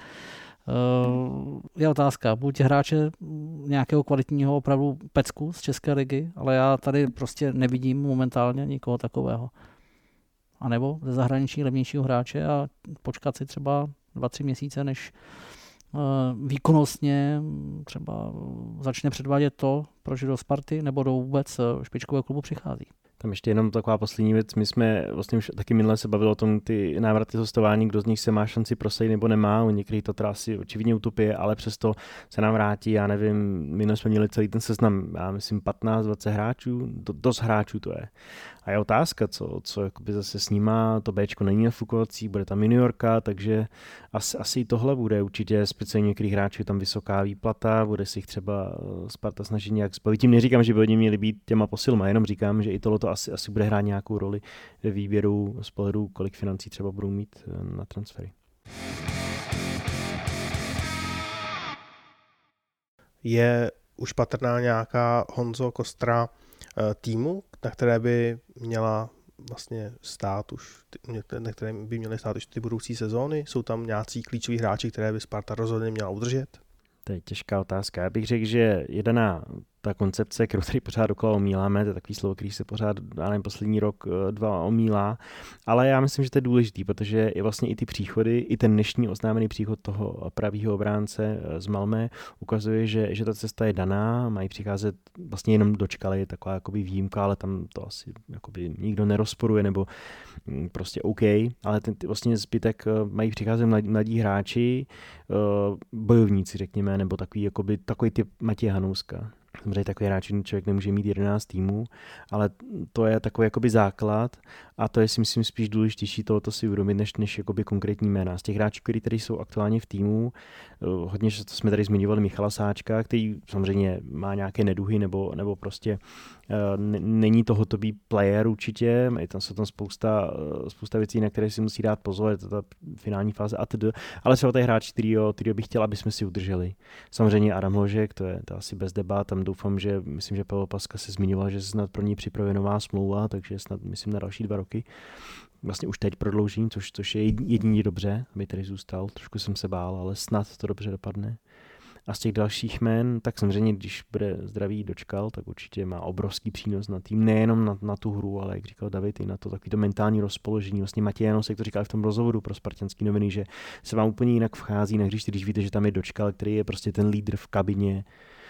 je otázka, buď hráče nějakého kvalitního opravdu pecku z České ligy, ale já tady prostě nevidím momentálně nikoho takového. A nebo ze zahraničí levnějšího hráče a počkat si třeba 2-3 měsíce, než výkonnostně třeba začne předvádět to, proč do Sparty nebo do vůbec špičkového klubu přichází. Tam ještě jenom taková poslední věc, my jsme vlastně už taky minule se bavili o tom, ty návraty hostování, kdo z nich se má šanci prosadit nebo nemá, u některých to teda asi očividně utopie, ale přesto se nám vrátí, já nevím, minule jsme měli celý ten seznam, já myslím 15-20 hráčů, dost hráčů to je. A je otázka, co jakoby zase snímá, to Bčko není nafukovací, bude tam juniorka, takže asi tohle bude určitě speciálně některých hráčů, tam vysoká výplata, bude si jich třeba Sparta snažit nějak zbavit. Tím neříkám, že by oni měli být těma posilma, jenom říkám, že i tohle to asi bude hrát nějakou roli ve výběru z pohledu, kolik financí třeba budou mít na transfery. Je už patrná nějaká, Honzo, kostra týmu, na které by měla vlastně stát už, na které by měly stát už ty budoucí sezóny? Jsou tam nějací klíčoví hráči, které by Sparta rozhodně měla udržet? To je těžká otázka. Já bych řekl, že jedená ta koncepce, kterou tady pořád dokola omíláme, to je takový slovo, který se pořád, já nevím, poslední rok, 2 omílá, ale já myslím, že to je důležitý, protože je vlastně i ty příchody, i ten dnešní oznámený příchod toho pravýho obránce z Malmö ukazuje, že ta cesta je daná, mají přicházet, vlastně jenom dočkali, taková jakoby výjimka, ale tam to asi jakoby nikdo nerozporuje, nebo prostě OK, ale ten vlastně zbytek mají přicházet mladí hráči, bojovníci, řekněme, nebo takový typ Matěje Hanouska. Samozřejmě takový hráč, člověk nemůže mít 11 týmů, ale to je takový jakoby základ a to je si myslím spíš důležitější tohoto si uvědomit, než jakoby konkrétní jména. Z těch hráčů, kteří tady jsou aktuálně v týmu, hodně to jsme tady zmiňovali Michala Sáčka, který samozřejmě má nějaké neduhy nebo prostě není to hotový player určitě, jsou tam spousta věcí, na které si musí dát pozor, je to ta finální fáze atd. Ale třeba ten hráč, kterýho bych chtěl, aby jsme si udrželi. Samozřejmě Adam Hložek, to je asi bez debat, tam doufám, že myslím, že Pavel Paska se zmiňoval, že se snad pro ní připravuje nová smlouva, takže snad myslím na další 2 roky. Vlastně už teď prodloužím, což je jedině dobře, aby tady zůstal. Trošku jsem se bál, ale snad to dobře dopadne. A z těch dalších jmen, tak samozřejmě, když bude zdravý dočkal, tak určitě má obrovský přínos na tým, nejenom na tu hru, ale jak říkal David, i na to takový to mentální rozpoložení. Vlastně Matěj Janosek to říkal v tom rozhovoru pro Spartanský noviny, že se vám úplně jinak vchází, když víte, že tam je dočkal, který je prostě ten lídr v kabině,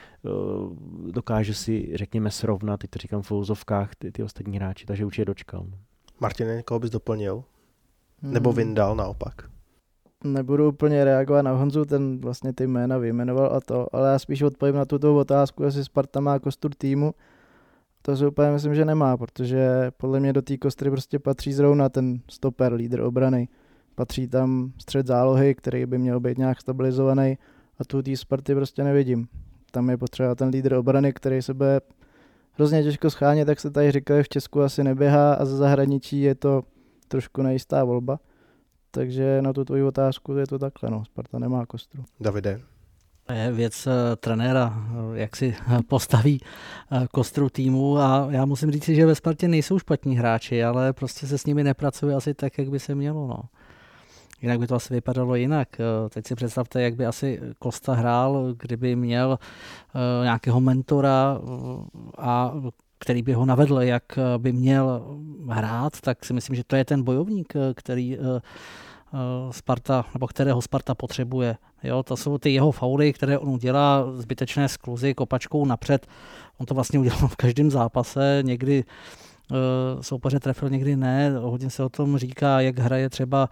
dokáže si, řekněme, srovnat, teď to říkám v fouzovkách, ty ostatní hráči, takže určitě dočkal. Martine, koho bys doplnil? Nebo vyndal naopak? Nebudu úplně reagovat na Honzu, ten vlastně ty jména vyjmenoval a to, ale já spíš odpovím na tuto otázku, jestli Sparta má kostru týmu. To si úplně myslím, že nemá, protože podle mě do té kostry prostě patří zrovna ten stoper, lídr obrany. Patří tam střed zálohy, který by měl být nějak stabilizovaný a tu té Sparty prostě nevidím. Tam je potřeba ten lídr obrany, který se bude hrozně těžko schánět, tak se tady říkali, v Česku asi neběhá a ze zahraničí je to trošku nejistá volba. Takže na tu tvoji otázku je to takhle, no. Sparta nemá kostru. Davide? Je věc trenéra, jak si postaví kostru týmu a já musím říct, že ve Spartě nejsou špatní hráči, ale prostě se s nimi nepracuje asi tak, jak by se mělo, no. Jinak by to asi vypadalo jinak. Teď si představte, jak by asi Kosta hrál, kdyby měl nějakého mentora, a který by ho navedl, jak by měl hrát, tak si myslím, že to je ten bojovník, který Sparta, nebo kterého Sparta potřebuje. Jo, to jsou ty jeho fauly, které on udělá, zbytečné skluzy kopačkou napřed. On to vlastně udělal v každém zápase, někdy soupeře trefil, někdy ne. Hodně se o tom říká, jak hraje třeba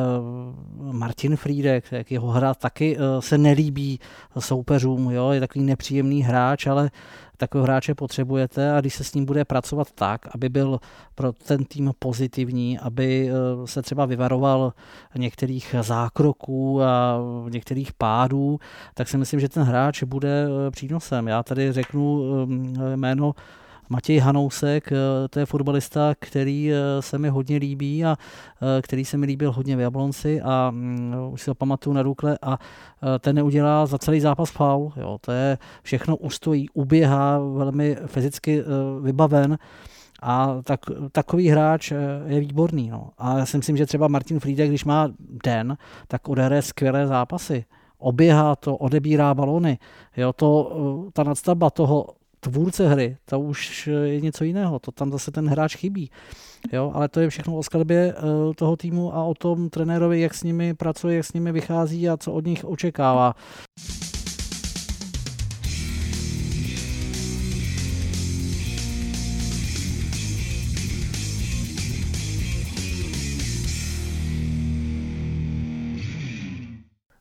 Martin Friedek, jak jeho hra taky se nelíbí soupeřům. Jo? Je takový nepříjemný hráč, ale takového hráče potřebujete a když se s ním bude pracovat tak, aby byl pro ten tým pozitivní, aby se třeba vyvaroval některých zákroků a některých pádů, tak si myslím, že ten hráč bude přínosem. Já tady řeknu jméno Matěj Hanousek, to je fotbalista, který se mi hodně líbí a který se mi líbil hodně v Jablonci a už si ho pamatuju na Dukle a ten neudělá za celý zápas faul. Jo. To je všechno ustojí, uběhá, velmi fyzicky vybaven a takový hráč je výborný. No. A já si myslím, že třeba Martin Friedek, když má den, tak odehraje skvělé zápasy. Oběhá to, odebírá balony. Jo, ta nadstavba toho tvůrce hry, to už je něco jiného, to tam zase ten hráč chybí. Jo, ale to je všechno o skladbě toho týmu a o tom trenérovi, jak s nimi pracuje, jak s nimi vychází a co od nich očekává.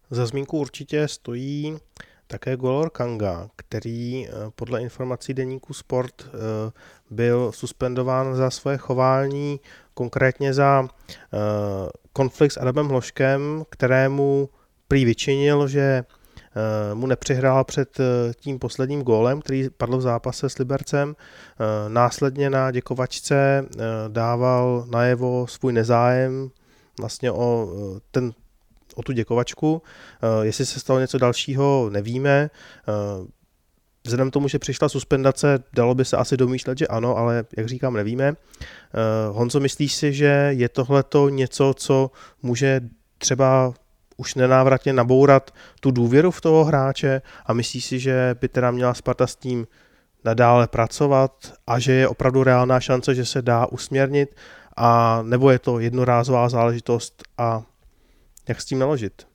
Za zmínku určitě stojí také Golor Kanga, který podle informací deníku Sport byl suspendován za svoje chování, konkrétně za konflikt s Adamem Hloškem, kterému prý vyčinil, že mu nepřihrál před tím posledním gólem, který padl v zápase s Libercem. Následně na děkovačce dával najevo svůj nezájem vlastně o tu děkovačku. Jestli se stalo něco dalšího, nevíme. Vzhledem k tomu, že přišla suspendace, dalo by se asi domýšlet, že ano, ale jak říkám, nevíme. Honzo, myslíš si, že je tohleto něco, co může třeba už nenávratně nabourat tu důvěru v toho hráče a myslíš si, že by teda měla Sparta s tím nadále pracovat a že je opravdu reálná šance, že se dá usměrnit, a nebo je to jednorázová záležitost a jak s tím naložit?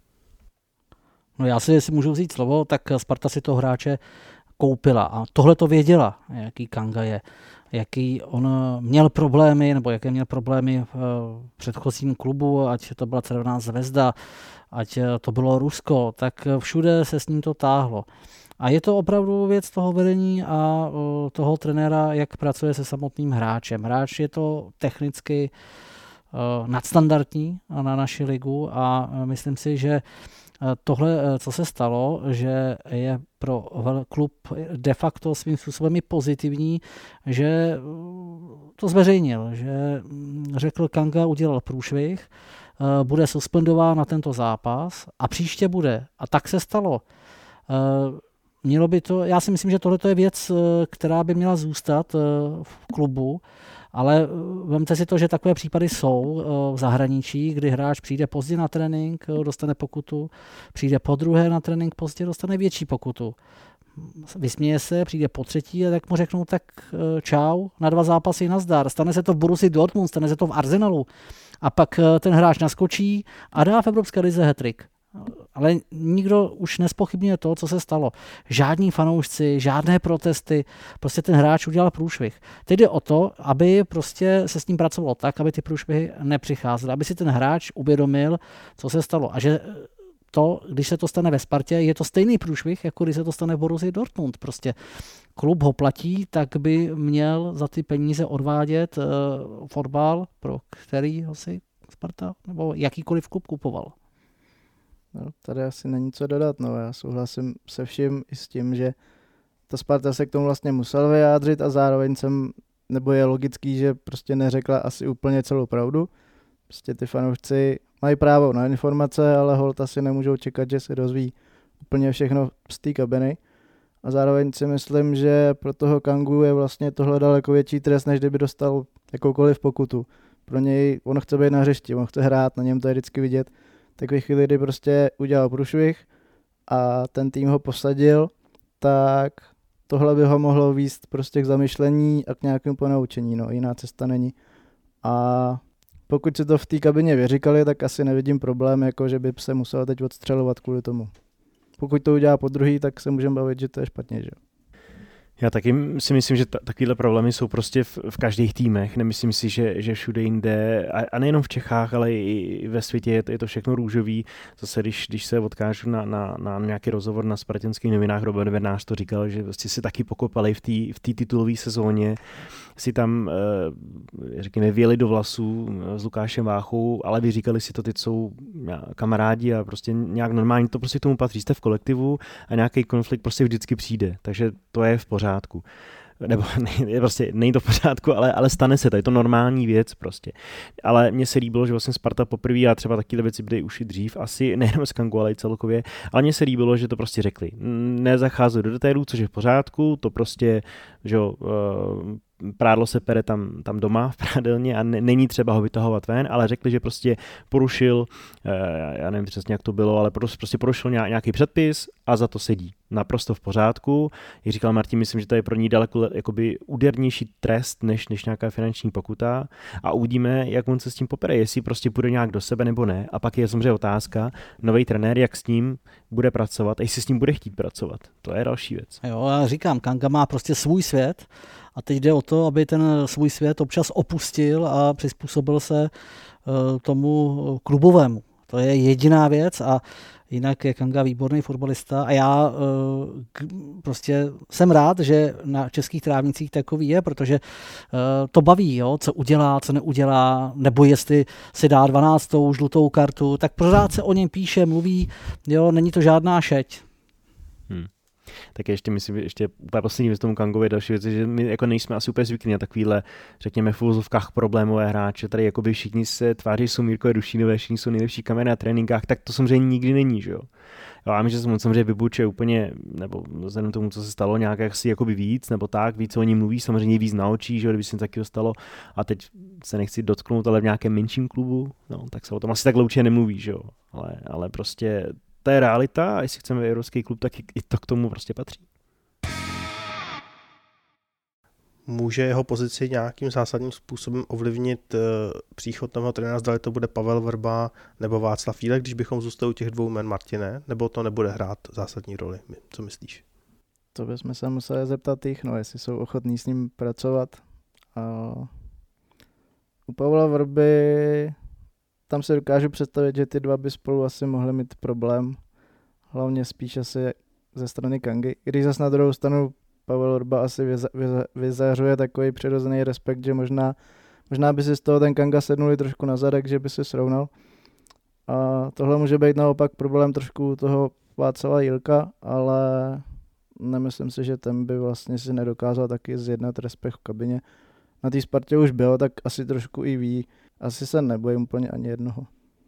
No já si, jestli můžu vzít slovo, tak Sparta si toho hráče koupila a tohle to věděla, jaký Kanga je, jaký on měl problémy, nebo jaké měl problémy v předchozím klubu, ať to byla Červená Zvezda, ať to bylo Rusko, tak všude se s ním to táhlo. A je to opravdu věc toho vedení a toho trenéra, jak pracuje se samotným hráčem. Hráč je to technicky nadstandardní na naši ligu a myslím si, že tohle, co se stalo, že je pro klub de facto svým způsobem i pozitivní, že to zveřejnil, že řekl, Kanga udělal průšvih, bude suspendován na tento zápas a příště bude. A tak se stalo. Mělo by to, já si myslím, že tohle je věc, která by měla zůstat v klubu, ale vemte si to, že takové případy jsou v zahraničí, kdy hráč přijde pozdě na trénink, dostane pokutu, přijde po druhé na trénink pozdě, dostane větší pokutu. Vysměje se, přijde po třetí a tak mu řeknou, tak čau, na 2 zápasy nazdar. Stane se to v Borussii Dortmund, stane se to v Arsenalu a pak ten hráč naskočí a dá v Evropské lize hat-trick. Ale nikdo už nespochybňuje to, co se stalo. Žádní fanoušci, žádné protesty, prostě ten hráč udělal průšvih. Teď jde o to, aby prostě se s ním pracovalo tak, aby ty průšvihy nepřicházely, aby si ten hráč uvědomil, co se stalo. A že to, když se to stane ve Spartě, je to stejný průšvih, jako když se to stane v Borussii Dortmund. Prostě klub ho platí, tak by měl za ty peníze odvádět fotbal, pro který ho si Sparta nebo jakýkoliv klub kupoval. No, tady asi není co dodat, no, já souhlasím se vším i s tím, že ta Sparta se k tomu vlastně musel vyjádřit a zároveň nebo je logický, že prostě neřekla asi úplně celou pravdu. Prostě ty fanoušci mají právo na informace, ale holt asi nemůžou čekat, že se dozví úplně všechno z té kabiny. A zároveň si myslím, že pro toho Kangu je vlastně tohle daleko větší trest, než kdyby dostal jakoukoliv pokutu. Pro něj, on chce být na hřišti, on chce hrát, na něm to je vždycky vidět. Takový chvíli, kdy prostě udělal průšvih a ten tým ho posadil, tak tohle by ho mohlo vést prostě k zamyšlení a k nějakému ponaučení, no, jiná cesta není. A pokud si to v té kabině vyříkali, tak asi nevidím problém, jako že by se musel teď odstřelovat kvůli tomu. Pokud to udělá po druhý, tak se můžeme bavit, že to je špatně, že? Já taky si myslím, že takovéhle problémy jsou prostě v každých týmech. Nemyslím si, že všude jinde, a nejenom v Čechách, ale i ve světě je to všechno růžový. Zase, když se odkážu na nějaký rozhovor na spartanských novinách, Robert Vernář to říkal, že vlastně si taky pokopali v té titulové sezóně. Si tam, řekněme, věli do vlasů s Lukášem Váchou, ale vyříkali si to, teď jsou kamarádi a prostě nějak normálně to prostě k tomu patří. Jste v kolektivu a nějaký konflikt prostě vždycky přijde. Takže to je v pořádku. Nebo prostě není to v pořádku, ale stane se to, je to normální věc prostě. Ale mně se líbilo, že vlastně Sparta poprvé, a třeba takové věci byly už i dřív, asi nejenom s Kangu, ale i celkově, ale mně se líbilo, že to prostě řekli. Nezacházeli do detailů, což je v pořádku, to prostě, že prádlo se pere tam doma v prádelně a není třeba ho vytahovat ven, ale řekli, že prostě porušil, já nevím přesně, jak to bylo, ale prostě porušil nějaký předpis a za to sedí. Naprosto v pořádku. Jak říkal Martin, myslím, že to je pro ní daleko jakoby údernější trest, než nějaká finanční pokuta a uvidíme, jak on se s tím popere, jestli prostě půjde nějak do sebe nebo ne. A pak je samozřejmě otázka, nový trenér, jak s ním bude pracovat, a jestli s ním bude chtít pracovat. To je další věc. Jo, já říkám, Kanga má prostě svůj svět a teď jde o to, aby ten svůj svět občas opustil a přizpůsobil se tomu klubovému. To je jediná věc a jinak je Kanga výborný fotbalista a já prostě jsem rád, že na českých trávnicích takový je, protože to baví, jo, co udělá, co neudělá, nebo jestli si dá 12. žlutou kartu, tak pořád se o něm píše, mluví, jo, není to žádná šeť. Tak ještě myslím, ještě úplně poslední věc tomu Kangovi další věc, že my jako nejsme asi úplně zvyklí na takovýhle, řekněme, v uvozovkách problémové hráče, tady jakoby všichni se tváří, jsou Mírkové Dušínové, všichni jsou nejlepší kamery na tréninkách, tak to samozřejmě nikdy není, že jo. Já myslím, že jsem samozřejmě vybučuje úplně, nebo vzhledem tomu, co se stalo, nějak asi jakoby víc, nebo tak, víc o ní mluví, samozřejmě víc na očí, že jo, kdyby se taky stalo a teď se nechci dotknout, ale v nějakém menším klubu, no, tak se o tom asi takhle určitě nemluví, že jo, ale prostě to je realita a jestli chceme evropský klub, tak i to k tomu prostě patří. Může jeho pozici nějakým zásadním způsobem ovlivnit příchod nového trenéra, zda to bude Pavel Vrba nebo Václav Jílek, když bychom zůstali u těch dvou jmen, Martine, nebo to nebude hrát zásadní roli? Co myslíš? To bychom se museli zeptat jich, no, jestli jsou ochotní s ním pracovat. A u Pavla Vrby tam si dokážu představit, že ty dva by spolu asi mohli mít problém. Hlavně spíš asi ze strany Kangy. Když zase na druhou stranu Pavel Vrba asi vyzařuje takový přirozený respekt, že možná by si z toho ten Kanga sednuli trošku na zadek, že by se srovnal. A tohle může být naopak problém trošku toho Václava Jílka, ale nemyslím si, že ten by vlastně si nedokázal taky zjednat respekt v kabině. Na té Spartě už byl, tak asi trošku i ví. Asi se nebojím úplně ani jednoho.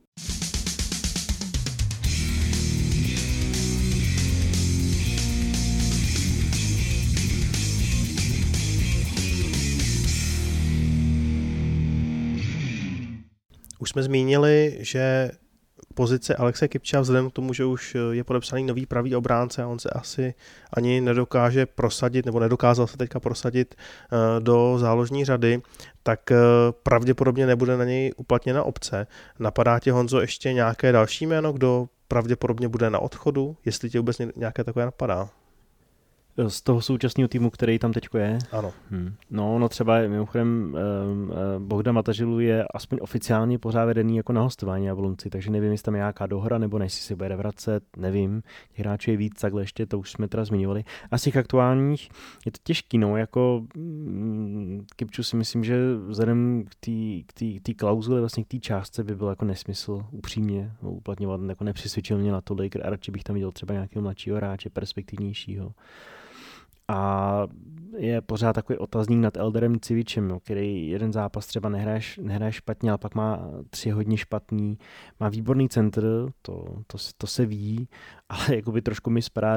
Už jsme zmínili, že pozice Alexe Kypča vzhledem k tomu, že už je podepsaný nový pravý obránce a on se asi ani nedokáže prosadit, nebo nedokázal se teďka prosadit do záložní řady, tak pravděpodobně nebude na něj uplatněna opce. Napadá tě, Honzo, ještě nějaké další jméno, kdo pravděpodobně bude na odchodu, jestli tě vůbec nějaké takové napadá? Z toho současného týmu, který tam teďko je? Ano. No třeba mimochodem Bohdan Matažilu je aspoň oficiálně pořád vedený jako na hostování Jablonci, takže nevím, jestli tam je nějaká dohra, nebo jestli se bude vracet, nevím. Těch hráčů je víc, takhle ještě, to už jsme teda zmiňovali. A z těch aktuálních je to těžký, no, jako Kypču si myslím, že vzhledem k té klauzuli, vlastně k té částce by byl jako nesmysl upřímně uplatňovat, jako nepřesvědčil mě natolik, a radši bych tam viděl třeba nějakého mladšího hráče, perspektivnějšího. A je pořád takový otazník nad Elderem Civičem, který jeden zápas třeba nehraje špatně, ale pak má 3 hodně špatný. Má výborný centr, to se ví, ale jakoby trošku mi spadá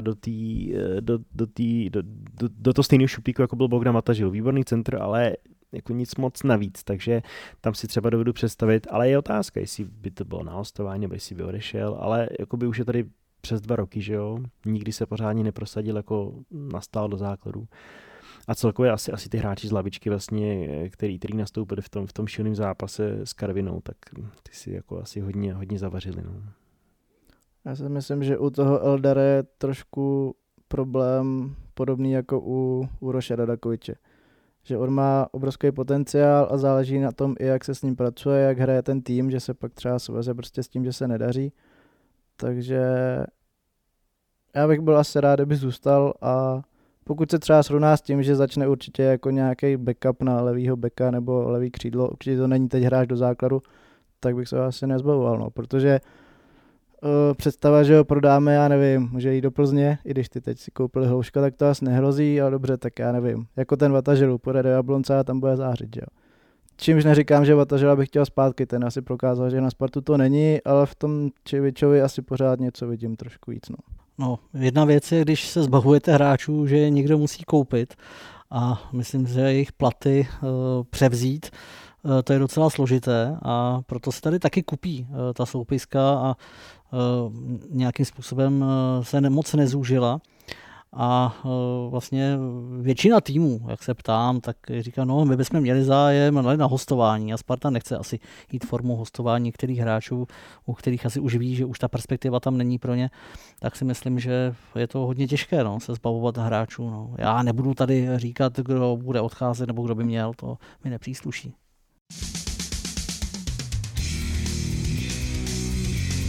do toho stejného šuplíku, jako byl Bogdan Matažil. Výborný centr, ale jako nic moc navíc, takže tam si třeba dovedu představit, ale je otázka, jestli by to bylo na hostování, nebo jestli by odešel, ale jakoby už je tady přes 2 roky, že jo, nikdy se pořádně neprosadil, jako nastal do základu. A celkově asi ty hráči z lavičky vlastně, který nastoupili v tom šíleném zápase s Karvinou, tak ty si jako asi hodně zavařili. No. Já si myslím, že u toho Eldara je trošku problém podobný jako u Uroše Radakoviče. Že on má obrovský potenciál a záleží na tom i jak se s ním pracuje, jak hraje ten tým, že se pak třeba sveze prostě s tím, že se nedaří. Takže já bych byl asi rád, kdyby zůstal a pokud se třeba srovná s tím, že začne určitě jako nějaký backup na levýho beka nebo levý křídlo, určitě to není teď hráč do základu, tak bych se ho asi nezbavoval, no, protože představa, že ho prodáme, já nevím, může jít do Plzně, i když ty teď si koupili Hlouška, tak to asi nehrozí, ale dobře, tak já nevím, jako ten Vatažilu, půjde do Jablonce a tam bude zářit, že jo. Čímž neříkám, že Vatažila bych chtěl zpátky, ten asi prokázal, že na Spartu to není, ale v tom Čivičovi asi pořád něco vidím trošku víc. No, jedna věc je, když se zbavujete hráčů, že je někdo musí koupit a myslím, že jejich platy převzít, to je docela složité a proto se tady taky kupí ta soupiska a nějakým způsobem se moc nezúžila. A vlastně většina týmů, jak se ptám, tak říká, no my bychom měli zájem na hostování a Sparta nechce asi jít formou hostování některých hráčů, u kterých asi už ví, že už ta perspektiva tam není pro ně, tak si myslím, že je to hodně těžké se zbavovat hráčů. No. Já nebudu tady říkat, kdo bude odcházet nebo kdo by měl, to mi nepřísluší.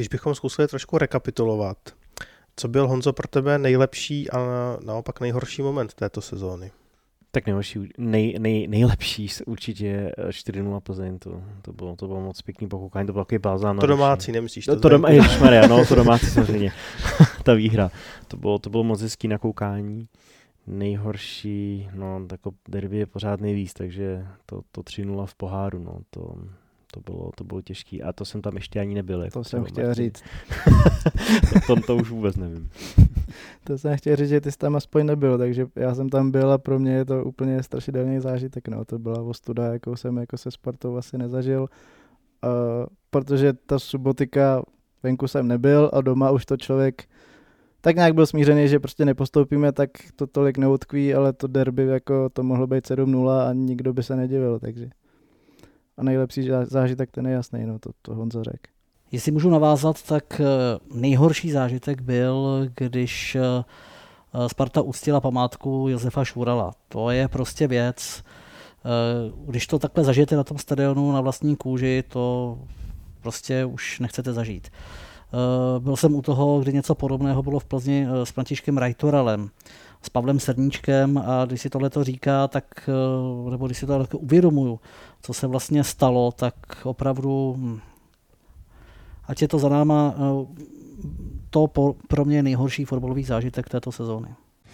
Když bychom zkusili trošku rekapitulovat, co byl, Honzo, pro tebe nejlepší a naopak nejhorší moment této sezóny? Tak nejlepší určitě 4-0 Plzeň, to bylo moc pěkný pokoukání, to bylo takový balzám. To domácí, nemyslíš? To domácí samozřejmě, ta výhra. To bylo moc hezký na koukání. Nejhorší, no, jako derby je pořád nejvíc, takže to 3-0 v poháru, no, to bylo těžký. A to jsem tam ještě ani nebyl. To jsem chtěl říct. to už vůbec nevím. To jsem chtěl říct, že ty jsi tam aspoň nebyl, takže já jsem tam byl a pro mě je to úplně strašidelný zážitek. No. To byla ostuda, jakou jsem jako se Spartou asi nezažil, protože ta Subotika, venku jsem nebyl a doma už to člověk tak nějak byl smířený, že prostě nepostoupíme, tak to tolik neutkví, ale to derby jako to mohlo být 7-0 a nikdo by se nedivil, takže. A nejlepší zážitek ten je jasný, no to Honza řekl. Jestli můžu navázat, tak nejhorší zážitek byl, když Sparta uctila památku Josefa Švůrala. To je prostě věc, když to takhle zažijete na tom stadionu na vlastní kůži, to prostě už nechcete zažít. Byl jsem u toho, kdy něco podobného bylo v Plzni s Františkem Rajtoralem, s Pavlem Srníčkem a když si tohleto říká, tak, nebo když si to uvědomuju, co se vlastně stalo, tak opravdu, ať je to za náma, to pro mě nejhorší fotbalový zážitek této sezóny.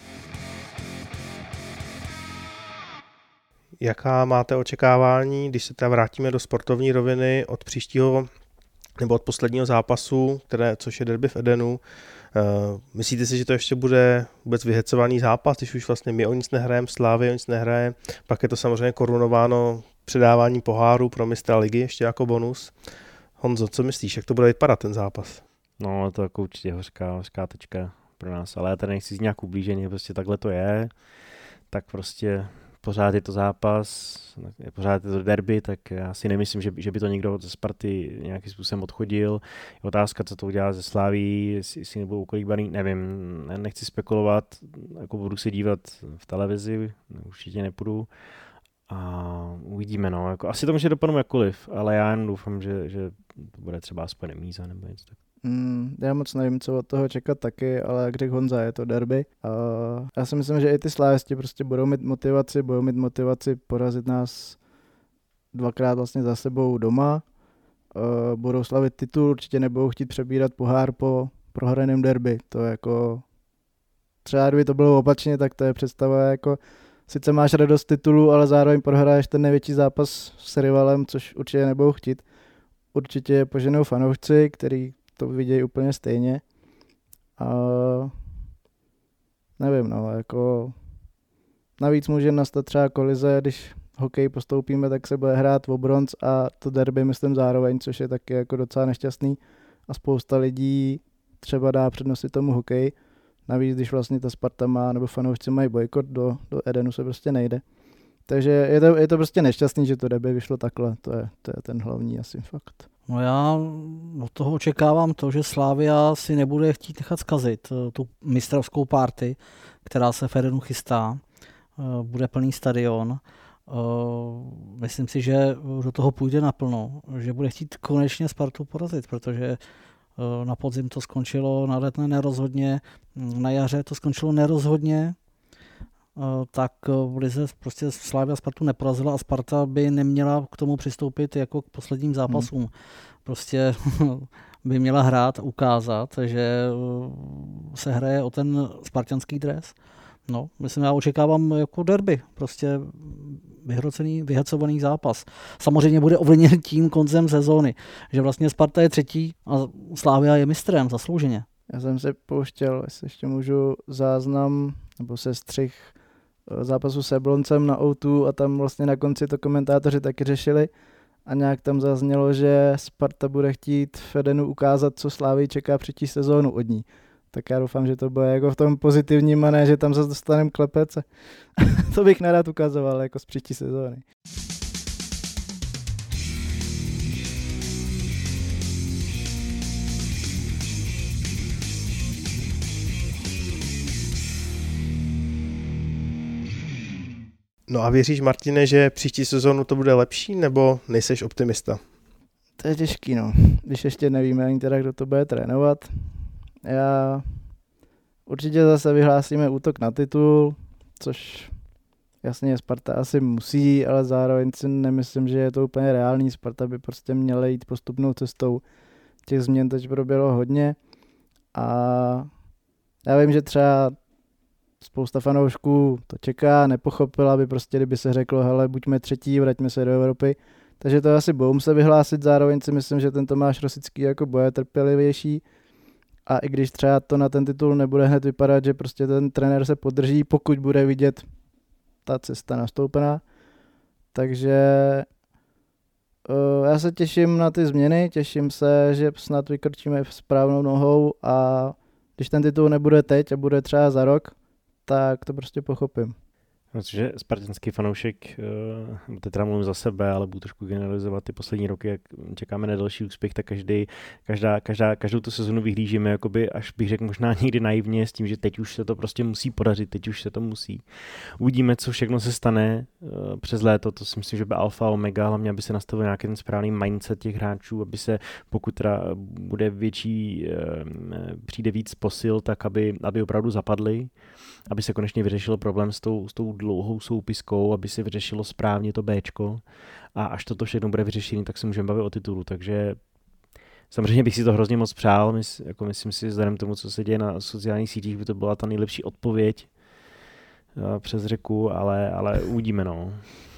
Jaká máte očekávání, když se teda vrátíme do sportovní roviny od příštího nebo od posledního zápasu, což je derby v Edenu? Myslíte si, že to ještě bude vůbec vyhecovaný zápas, když už vlastně my o nic nehrajeme, Slavia o nic nehraje, pak je to samozřejmě korunováno předávání poháru pro mistra ligy ještě jako bonus. Honzo, co myslíš, jak to bude vypadat ten zápas? No, to jako určitě hořká tečka pro nás, ale já tady nechci z nějak ublíženě, prostě takhle to je, tak prostě pořád je to zápas, pořád je to derby, tak já si nemyslím, že by to někdo ze Sparty nějakým způsobem odchodil. Je otázka, co to udělá ze Slaví, jestli nebudou ukolíbaný, nevím, nechci spekulovat, jako budu se dívat v televizi, určitě nepůjdu a uvidíme, no, jako, asi to může dopadnout jakkoliv, ale já jen doufám, že to bude třeba aspoň remíza nebo něco tak. Já moc nevím, co od toho čekat taky, ale jak řekl Honza, je to derby. Já si myslím, že i ty slávisti prostě budou mít motivaci porazit nás dvakrát vlastně za sebou doma. Budou slavit titul, určitě nebudou chtít přebírat pohár po prohraném derby. To je jako, třeba kdyby to bylo opačně, tak to je představa jako, sice máš radost titulu, ale zároveň prohraješ ten největší zápas s rivalem, což určitě nebudou chtít. Určitě poženou fanoušci, který to vidějí úplně stejně. A nevím, no, jako navíc může nastat třeba kolize, když hokej postoupíme, tak se bude hrát o bronz a to derby myslím zároveň, což je taky jako docela nešťastný a spousta lidí třeba dá přednosti tomu hokej. Navíc, když vlastně ta Sparta má, nebo fanoušci mají bojkot, do Edenu se prostě nejde. Takže je to prostě nešťastný, že to derby vyšlo takhle, to je ten hlavní asi fakt. No já od toho očekávám to, že Slavia si nebude chtít nechat zkazit tu mistrovskou party, která se v Edenu chystá. Bude plný stadion. Myslím si, že do toho půjde naplno, že bude chtít konečně Spartu porazit, protože na podzim to skončilo na letné nerozhodně, na jaře to skončilo nerozhodně, tak v lize prostě Slavia Spartu neporazila a Sparta by neměla k tomu přistoupit jako k posledním zápasům. Prostě by měla hrát, ukázat, že se hraje o ten spartanský dres. No, myslím, já očekávám jako derby, prostě vyhacovaný zápas. Samozřejmě bude ovlivněn tím koncem sezóny, že vlastně Sparta je třetí a Slavia je mistrem zaslouženě. Já jsem se pouštěl, jestli ještě můžu, záznam nebo sestřih zápasu s Jabloncem na O2 a tam vlastně na konci to komentátoři taky řešili a nějak tam zaznělo, že Sparta bude chtít v Edenu ukázat, co Slavii čeká příští sezónu od ní. Tak já doufám, že to bude jako v tom pozitivním a ne, že tam zase dostaneme klepec. To bych nerad ukazoval jako z příští sezóny. No a věříš, Martine, že příští sezónu to bude lepší, nebo nejseš optimista? To je těžký, no. Když ještě nevíme ani teda, kdo to bude trénovat. Já určitě zase vyhlásíme útok na titul, což jasně Sparta asi musí, ale zároveň si nemyslím, že je to úplně reálný. Sparta by prostě měla jít postupnou cestou. Těch změn teď proběhlo hodně a já vím, že třeba spousta fanoušků to čeká, nepochopila by prostě, kdyby se řeklo, hele, buďme třetí, vraťme se do Evropy. Takže to asi budou se vyhlásit, zároveň si myslím, že ten Tomáš Rosický jako bude trpělivější a i když třeba to na ten titul nebude hned vypadat, že prostě ten trenér se podrží, pokud bude vidět ta cesta nastoupená. Takže já se těším na ty změny, těším se, že snad vykrčíme správnou nohou a když ten titul nebude teď a bude třeba za rok, tak to prostě pochopím. Protože spartanský fanoušek, teď teda mluvím za sebe, ale budu trošku generalizovat ty poslední roky, jak čekáme na další úspěch, tak každou tu sezonu vyhlížíme, jakoby, až bych řekl možná někdy naivně, s tím, že teď už se to prostě musí podařit, teď už se to musí. Uvidíme, co všechno se stane přes léto, to si myslím, že by alfa a omega, hlavně aby se nastavil nějaký ten správný mindset těch hráčů, aby se, pokud teda bude větší, přijde víc posil, tak aby opravdu zapadli, aby se konečně vyřešil problém s tou dlouhou soupiskou, aby se vyřešilo správně to Bčko a až toto všechno bude vyřešené, tak se můžeme bavit o titulu, takže samozřejmě bych si to hrozně moc přál, myslím si, vzhledem tomu, co se děje na sociálních sítích, by to byla ta nejlepší odpověď přes řeku, ale uvidíme, no.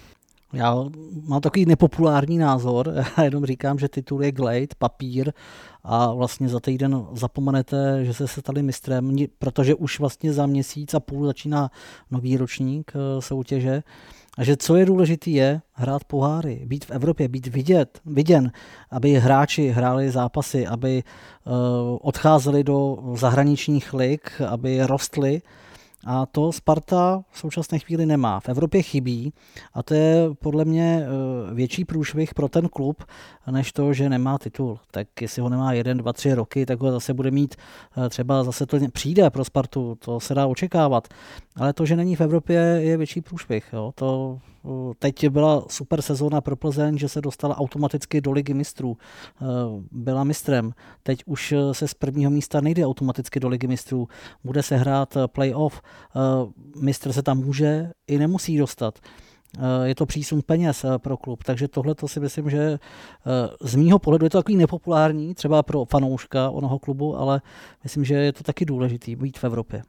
Já mám takový nepopulární názor, já jenom říkám, že titul je glejt, papír a vlastně za týden zapomenete, že se stali mistrem, protože už vlastně za měsíc a půl začíná nový ročník soutěže. A že co je důležité je hrát poháry, být v Evropě, být viděn, aby hráči hráli zápasy, aby odcházeli do zahraničních lig, aby rostli. A to Sparta v současné chvíli nemá. V Evropě chybí a to je podle mě větší průšvih pro ten klub, než to, že nemá titul. Tak jestli ho nemá 1, 2, 3 roky, tak ho zase bude mít, třeba zase to přijde pro Spartu, to se dá očekávat. Ale to, že není v Evropě, je větší průšvih. Jo. To teď byla super sezóna pro Plzeň, že se dostala automaticky do Ligy mistrů. Byla mistrem. Teď už se z prvního místa nejde automaticky do Ligy mistrů. Bude se hrát playoff. Mistr se tam může i nemusí dostat. Je to přísun peněz pro klub, takže tohle to si myslím, že z mýho pohledu je to takový nepopulární, třeba pro fanouška onoho klubu, ale myslím, že je to taky důležitý být v Evropě.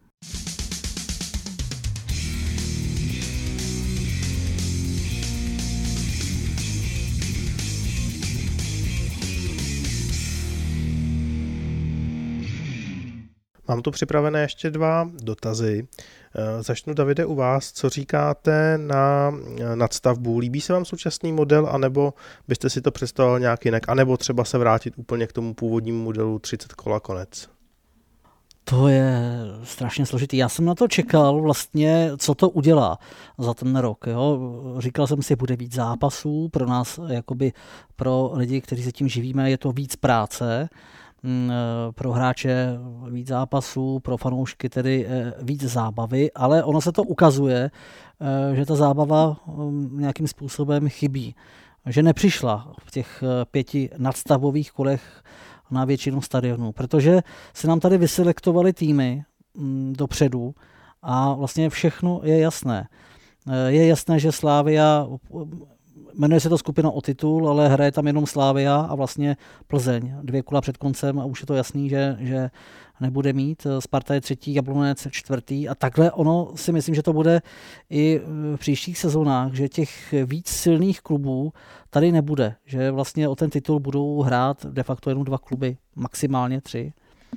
Mám tu připravené ještě 2 dotazy. Začnu, Davide, u vás. Co říkáte na nadstavbu? Líbí se vám současný model, anebo byste si to představoval nějak jinak, anebo třeba se vrátit úplně k tomu původnímu modelu 30 kol a konec? To je strašně složitý. Já jsem na to čekal vlastně, co to udělá za ten rok. Jo? Říkal jsem si, bude víc zápasů. Pro nás, jakoby pro lidi, kteří se tím živíme, je to víc práce. Pro hráče víc zápasů, pro fanoušky tedy víc zábavy, ale ono se to ukazuje, že ta zábava nějakým způsobem chybí. Že nepřišla v těch 5 nadstavbových kolech na většinu stadionů, protože se nám tady vyselektovaly týmy dopředu a vlastně všechno je jasné. Je jasné, že Slavia, jmenuje se to skupina o titul, ale hraje tam jenom Slavia a vlastně Plzeň. 2 kola před koncem a už je to jasný, že nebude mít. Sparta je 3., Jablonec 4. a takhle ono si myslím, že to bude i v příštích sezónách, že těch víc silných klubů tady nebude. Že vlastně o ten titul budou hrát de facto jenom 2 kluby, maximálně 3.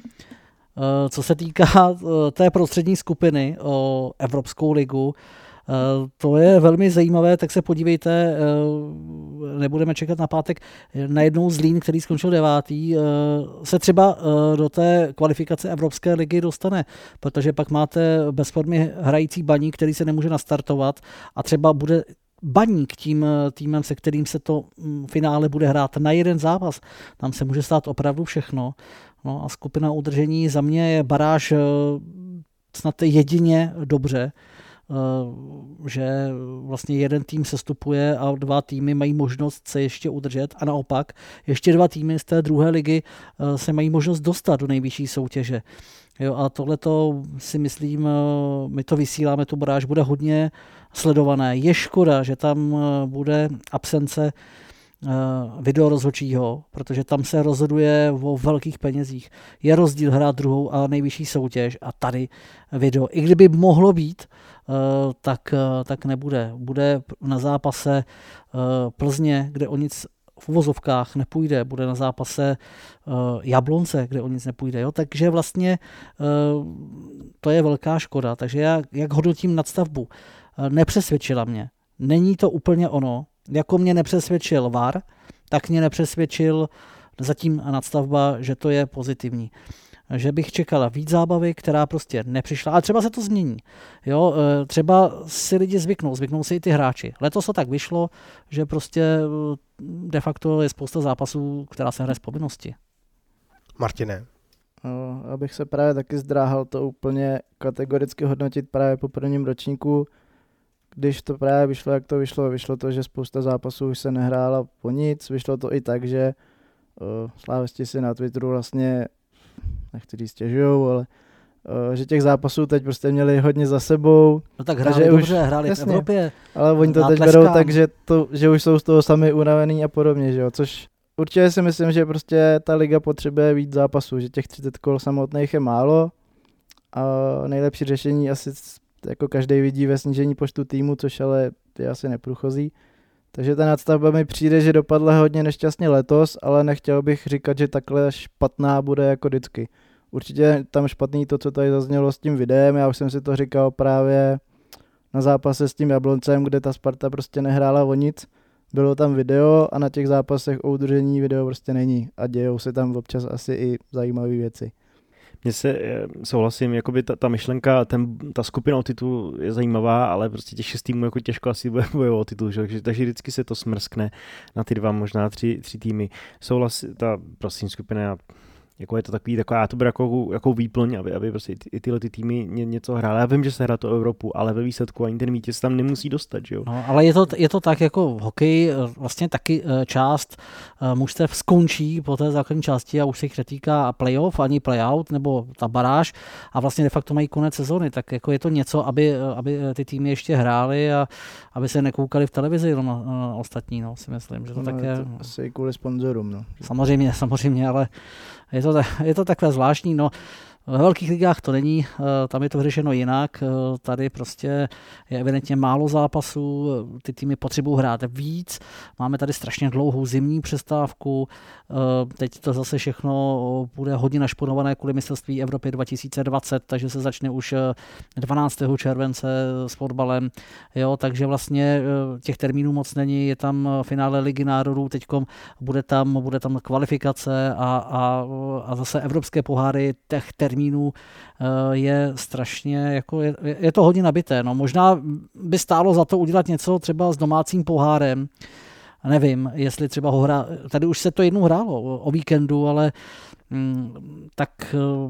Co se týká té prostřední skupiny o Evropskou ligu, to je velmi zajímavé, tak se podívejte, nebudeme čekat na pátek, najednou Zlín, který skončil 9., se třeba do té kvalifikace Evropské ligy dostane, protože pak máte bez formy hrající Baník, který se nemůže nastartovat a třeba bude Baník tím týmem, se kterým se to finále bude hrát na jeden zápas. Tam se může stát opravdu všechno. No a skupina udržení za mě je baráž snad jedině dobře. že vlastně jeden tým sestupuje a 2 týmy mají možnost se ještě udržet a naopak ještě 2 týmy z té druhé ligy se mají možnost dostat do nejvyšší soutěže. Jo, a tohleto si myslím, my to vysíláme, tu baráž bude hodně sledované. Je škoda, že tam bude absence videorozhodčího, protože tam se rozhoduje o velkých penězích. Je rozdíl hrát druhou a nejvyšší soutěž a tady video. I kdyby mohlo být, tak nebude. Bude na zápase Plzně, kde o nic v uvozovkách nepůjde, bude na zápase Jablonce, kde o nic nepůjde. Jo? Takže vlastně to je velká škoda. Takže já, jak hodnotím nadstavbu, nepřesvědčila mě. Není to úplně ono. Jako mě nepřesvědčil VAR, tak mě nepřesvědčil zatím nadstavba, že to je pozitivní. Že bych čekala víc zábavy, která prostě nepřišla. Ale třeba se to změní. Jo? Třeba si lidi zvyknou si i ty hráči. Letos to tak vyšlo, že prostě de facto je spousta zápasů, která se hraje z povinnosti. Martine. No, abych se právě taky zdráhal to úplně kategoricky hodnotit právě po prvním ročníku, když to právě vyšlo, jak to vyšlo. Vyšlo to, že spousta zápasů už se nehrála po nic. Vyšlo to i tak, že slávisti si na Twitteru vlastně, nechci říct stěžujou, ale že těch zápasů teď prostě měli hodně za sebou. No tak hráli dobře, hráli v Evropě. Ale oni to teď berou tak, že už jsou z toho sami unavený a podobně, že jo, což určitě si myslím, že prostě ta liga potřebuje víc zápasů, že těch 30 kol samotných je málo a nejlepší řešení asi jako každý vidí ve snížení počtu týmu, což ale je asi neprůchozí. Takže ta nadstavba mi přijde, že dopadla hodně nešťastně letos, ale nechtěl bych říkat, že takhle špatná bude jako vždycky. Určitě tam špatný to, co tady zaznělo s tím videem, já už jsem si to říkal právě na zápase s tím Jabloncem, kde ta Sparta prostě nehrála o nic. Bylo tam video a na těch zápasech o udržení video prostě není a dějou se tam občas asi i zajímavé věci. Mně se souhlasím, jakoby ta myšlenka, ta skupina o titul je zajímavá, ale prostě těch 6 týmů jako těžko asi bude bojovat o titul, takže vždycky se to smrskne na ty 2, možná 3 týmy. Ta prosím skupina, jako je to taková, to bude jako výplň, aby prostě i tyhle ty týmy něco hrály. Já vím, že se hrá to Evropu, ale ve výsledku ani ten vítěz tam nemusí dostat, že jo? No, ale je to tak jako v hokeji, vlastně taky část mužstev skončí po té základní části a už se jich netýká playoff, ani playout, nebo ta baráž a vlastně de facto mají konec sezony, tak jako je to něco, aby ty týmy ještě hrály a aby se nekoukali v televizi jenom na ostatní, no, si myslím, že to tak je. To asi kvůli sponzorům, no. Samozřejmě, ale je to takové zvláštní, no. Ve velkých ligách to není, tam je to vyřešeno jinak, tady prostě je evidentně málo zápasů, ty týmy potřebují hrát víc, máme tady strašně dlouhou zimní přestávku, teď to zase všechno bude hodně našponované kvůli mistrovství Evropy 2020, takže se začne už 12. července s fotbalem, jo, takže vlastně těch termínů moc není, je tam finále Ligy národů, teďkom bude tam kvalifikace a zase evropské poháry, těch termínů je strašně, jako je to hodně nabité. No. Možná by stálo za to udělat něco třeba s domácím pohárem. Nevím, jestli třeba ho hrá, tady už se to jednou hrálo o víkendu, ale tak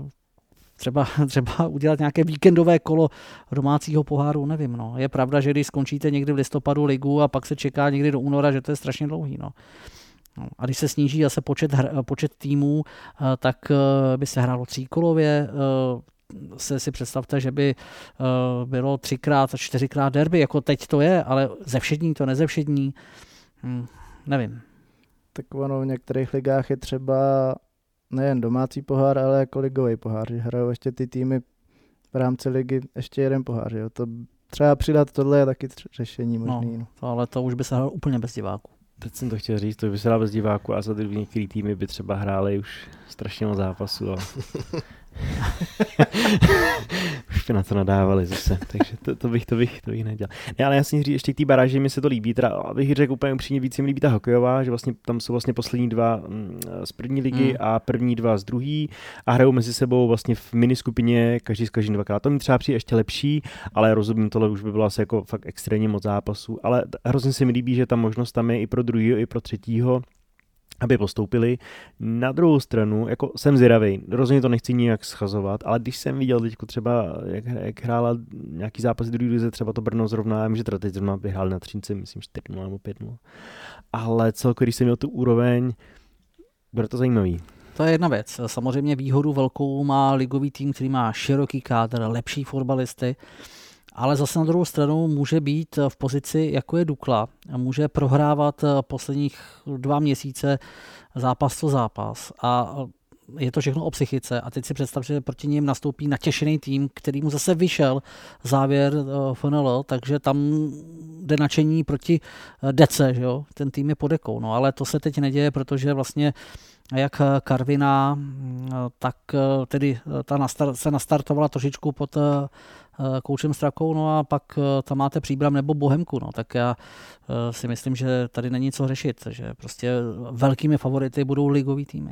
třeba udělat nějaké víkendové kolo domácího poháru, nevím. No. Je pravda, že když skončíte někdy v listopadu ligu a pak se čeká někdy do února, že to je strašně dlouhý. No. No, a když se sníží zase počet týmů, tak by se hrálo 3kolově. Si představte, že by bylo 3x, 4x derby, jako teď to je, ale ze všední to nezevšední. Nevím. Tak ono v některých ligách je třeba nejen domácí pohár, ale jako ligový pohár, že hrajou ještě ty týmy v rámci ligy ještě jeden pohár. Jo. To třeba přidat tohle je taky řešení možný. No, ale to už by se hralo úplně bez diváků. Teď jsem to chtěl říct, to by se dal bez diváku a za některé týmy by třeba hráli už strašně moc zápasů. A... už by na to nadávali zase, takže to bych nedělal. Ne, ale jasně říct, ještě k té baráži mi se to líbí, teda abych řekl úplně upřímně, víc mi líbí ta hokejová, že vlastně tam jsou vlastně poslední 2 z první ligy a první 2 z druhé a hrajou mezi sebou vlastně v miniskupině každý s každým 2krát. To mi třeba přijde ještě lepší, ale rozumím, tohle už by bylo asi jako fakt extrémně moc zápasů, ale hrozně se mi líbí, že ta možnost tam je i pro druhýho, i pro třetího. aby postoupili. Na druhou stranu, jako jsem zvědavej, rozhodně to nechci nijak schazovat, ale když jsem viděl teď třeba, jak hrála nějaký zápas druhý lize, třeba to Brno zrovna, já vím, že teda teď zrovna vyhráli na Třinci, myslím 4-0 nebo 5-0, ale celkově, když jsem měl tu úroveň, bude to zajímavý. To je jedna věc. Samozřejmě výhodu velkou má ligový tým, který má široký kádr, lepší fotbalisty, ale zase na druhou stranu může být v pozici, jako je Dukla, a může prohrávat posledních 2 měsíce zápas co zápas. A je to všechno o psychice. A teď si představ, že proti ním nastoupí natěšený tým, který mu zase vyšel závěr FNL, takže tam jde nadšení proti Dece, že jo? Ten tým je pod dekou. No, ale to se teď neděje, protože vlastně jak Karviná, tak tedy se nastartovala trošičku pod koučem Strakou, no a pak tam máte Příbram nebo Bohemku, no, tak já si myslím, že tady není co řešit, že prostě velkými favority budou ligový týmy.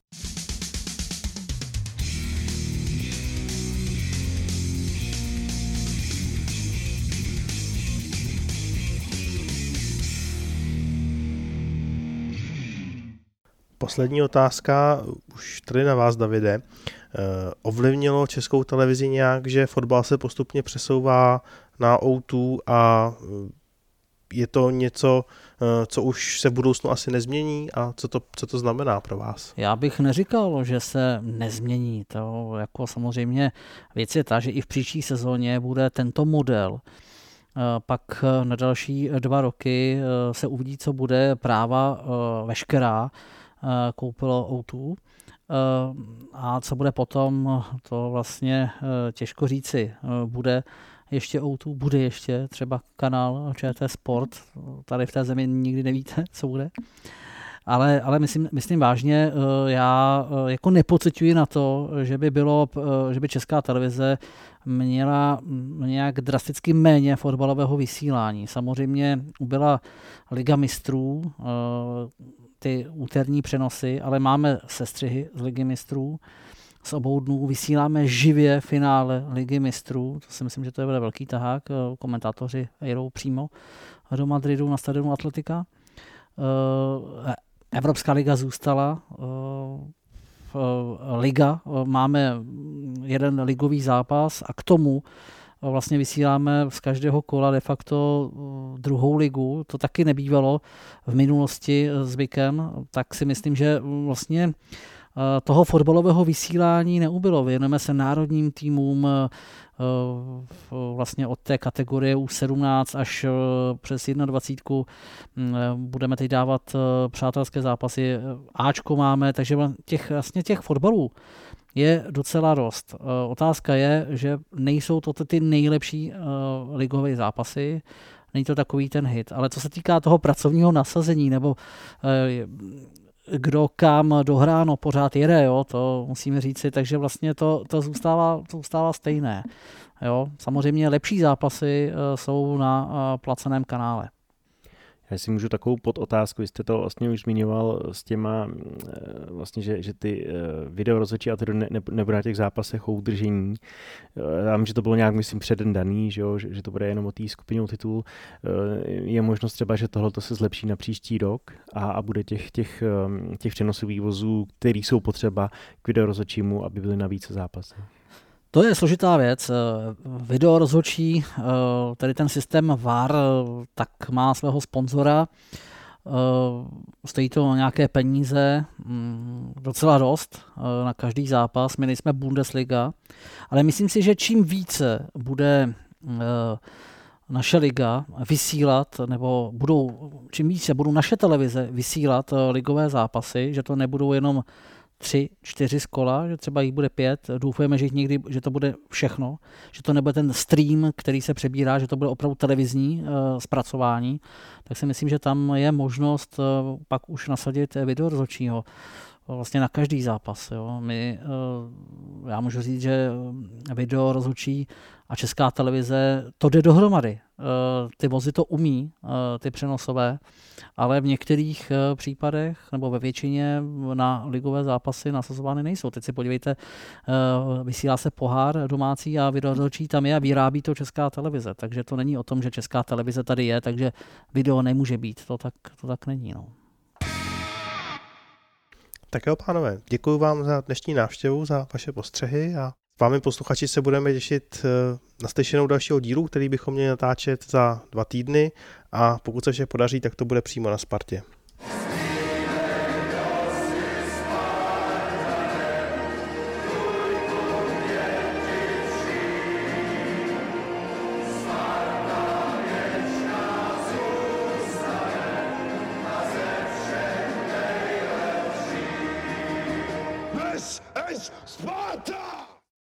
Poslední otázka, už tady na vás, Davide. Ovlivnilo Českou televizi nějak, že fotbal se postupně přesouvá na O2 a je to něco, co už se v budoucnu asi nezmění a co to znamená pro vás? Já bych neříkal, že se nezmění. To jako samozřejmě věc je ta, že i v příští sezóně bude tento model. Pak na další 2 roky se uvidí, co bude, práva veškerá koupilo O2. A co bude potom, to vlastně těžko říci. Bude ještě O2, bude ještě třeba kanál ČT Sport, tady v té zemi nikdy nevíte, co bude. Ale myslím vážně, já jako nepociťuji na to, že by Česká televize měla nějak drasticky méně fotbalového vysílání. Samozřejmě byla Liga mistrů, ty úterní přenosy, ale máme sestřihy z Ligy mistrů. Z obou dnů vysíláme živě finále Ligy mistrů. To si myslím, že to bude velký tahák. Komentátoři jedou přímo do Madridu na stadionu Atletika. Evropská liga zůstala. Liga, máme jeden ligový zápas a k tomu vlastně vysíláme z každého kola de facto druhou ligu. To taky nebývalo v minulosti zvykem, tak si myslím, že vlastně toho fotbalového vysílání neubylo. Věnujeme se národním týmům vlastně od té kategorie U17 až přes 21. Budeme teď dávat přátelské zápasy. Ačko máme, takže těch fotbalů je docela dost. Otázka je, že nejsou to ty nejlepší ligové zápasy, není to takový ten hit. Ale co se týká toho pracovního nasazení, nebo kdo kam dohráno pořád jede, jo, to musíme říci, takže vlastně to zůstává stejné. Jo. Samozřejmě lepší zápasy jsou na placeném kanále. Já si můžu takovou podotázku, jste to vlastně už zmiňoval s těma, vlastně, že ty videorozhodčí a to nebude na těch zápasech o udržení. Já vím, že to bylo nějak, myslím, předem daný, že to bude jenom o té skupině, o titul. Je možnost třeba, že tohle se zlepší na příští rok a bude těch přenosových vozů, který jsou potřeba k videorozhodčímu, aby byly na více zápasy. To je složitá věc. Video rozhodčí, tedy ten systém VAR, tak má svého sponzora. Stojí to nějaké peníze, docela dost na každý zápas. My nejsme Bundesliga, ale myslím si, že čím více bude naše liga vysílat, nebo čím více budou naše televize vysílat ligové zápasy, že to nebudou jenom 3-4 z kola, že třeba jich bude 5. Doufujeme, že to bude všechno, že to nebude ten stream, který se přebírá, že to bude opravdu televizní zpracování. Tak si myslím, že tam je možnost pak už nasadit video rozhodčího vlastně na každý zápas. Jo. Já můžu říct, že video rozhodčí a Česká televize, to jde dohromady. Ty vozy to umí, ty přenosové, ale v některých případech, nebo ve většině na ligové zápasy nasazovány nejsou. Teď si podívejte, vysílá se pohár domácí a video rozhodčí tam je a vyrábí to Česká televize. Takže to není o tom, že Česká televize tady je, takže video nemůže být. To tak není. No. Tak jo, pánové, děkuji vám za dnešní návštěvu, za vaše postřehy a s vámi posluchači se budeme těšit na slyšenou dalšího dílu, který bychom měli natáčet za 2 týdny a pokud se vše podaří, tak to bude přímo na Spartě.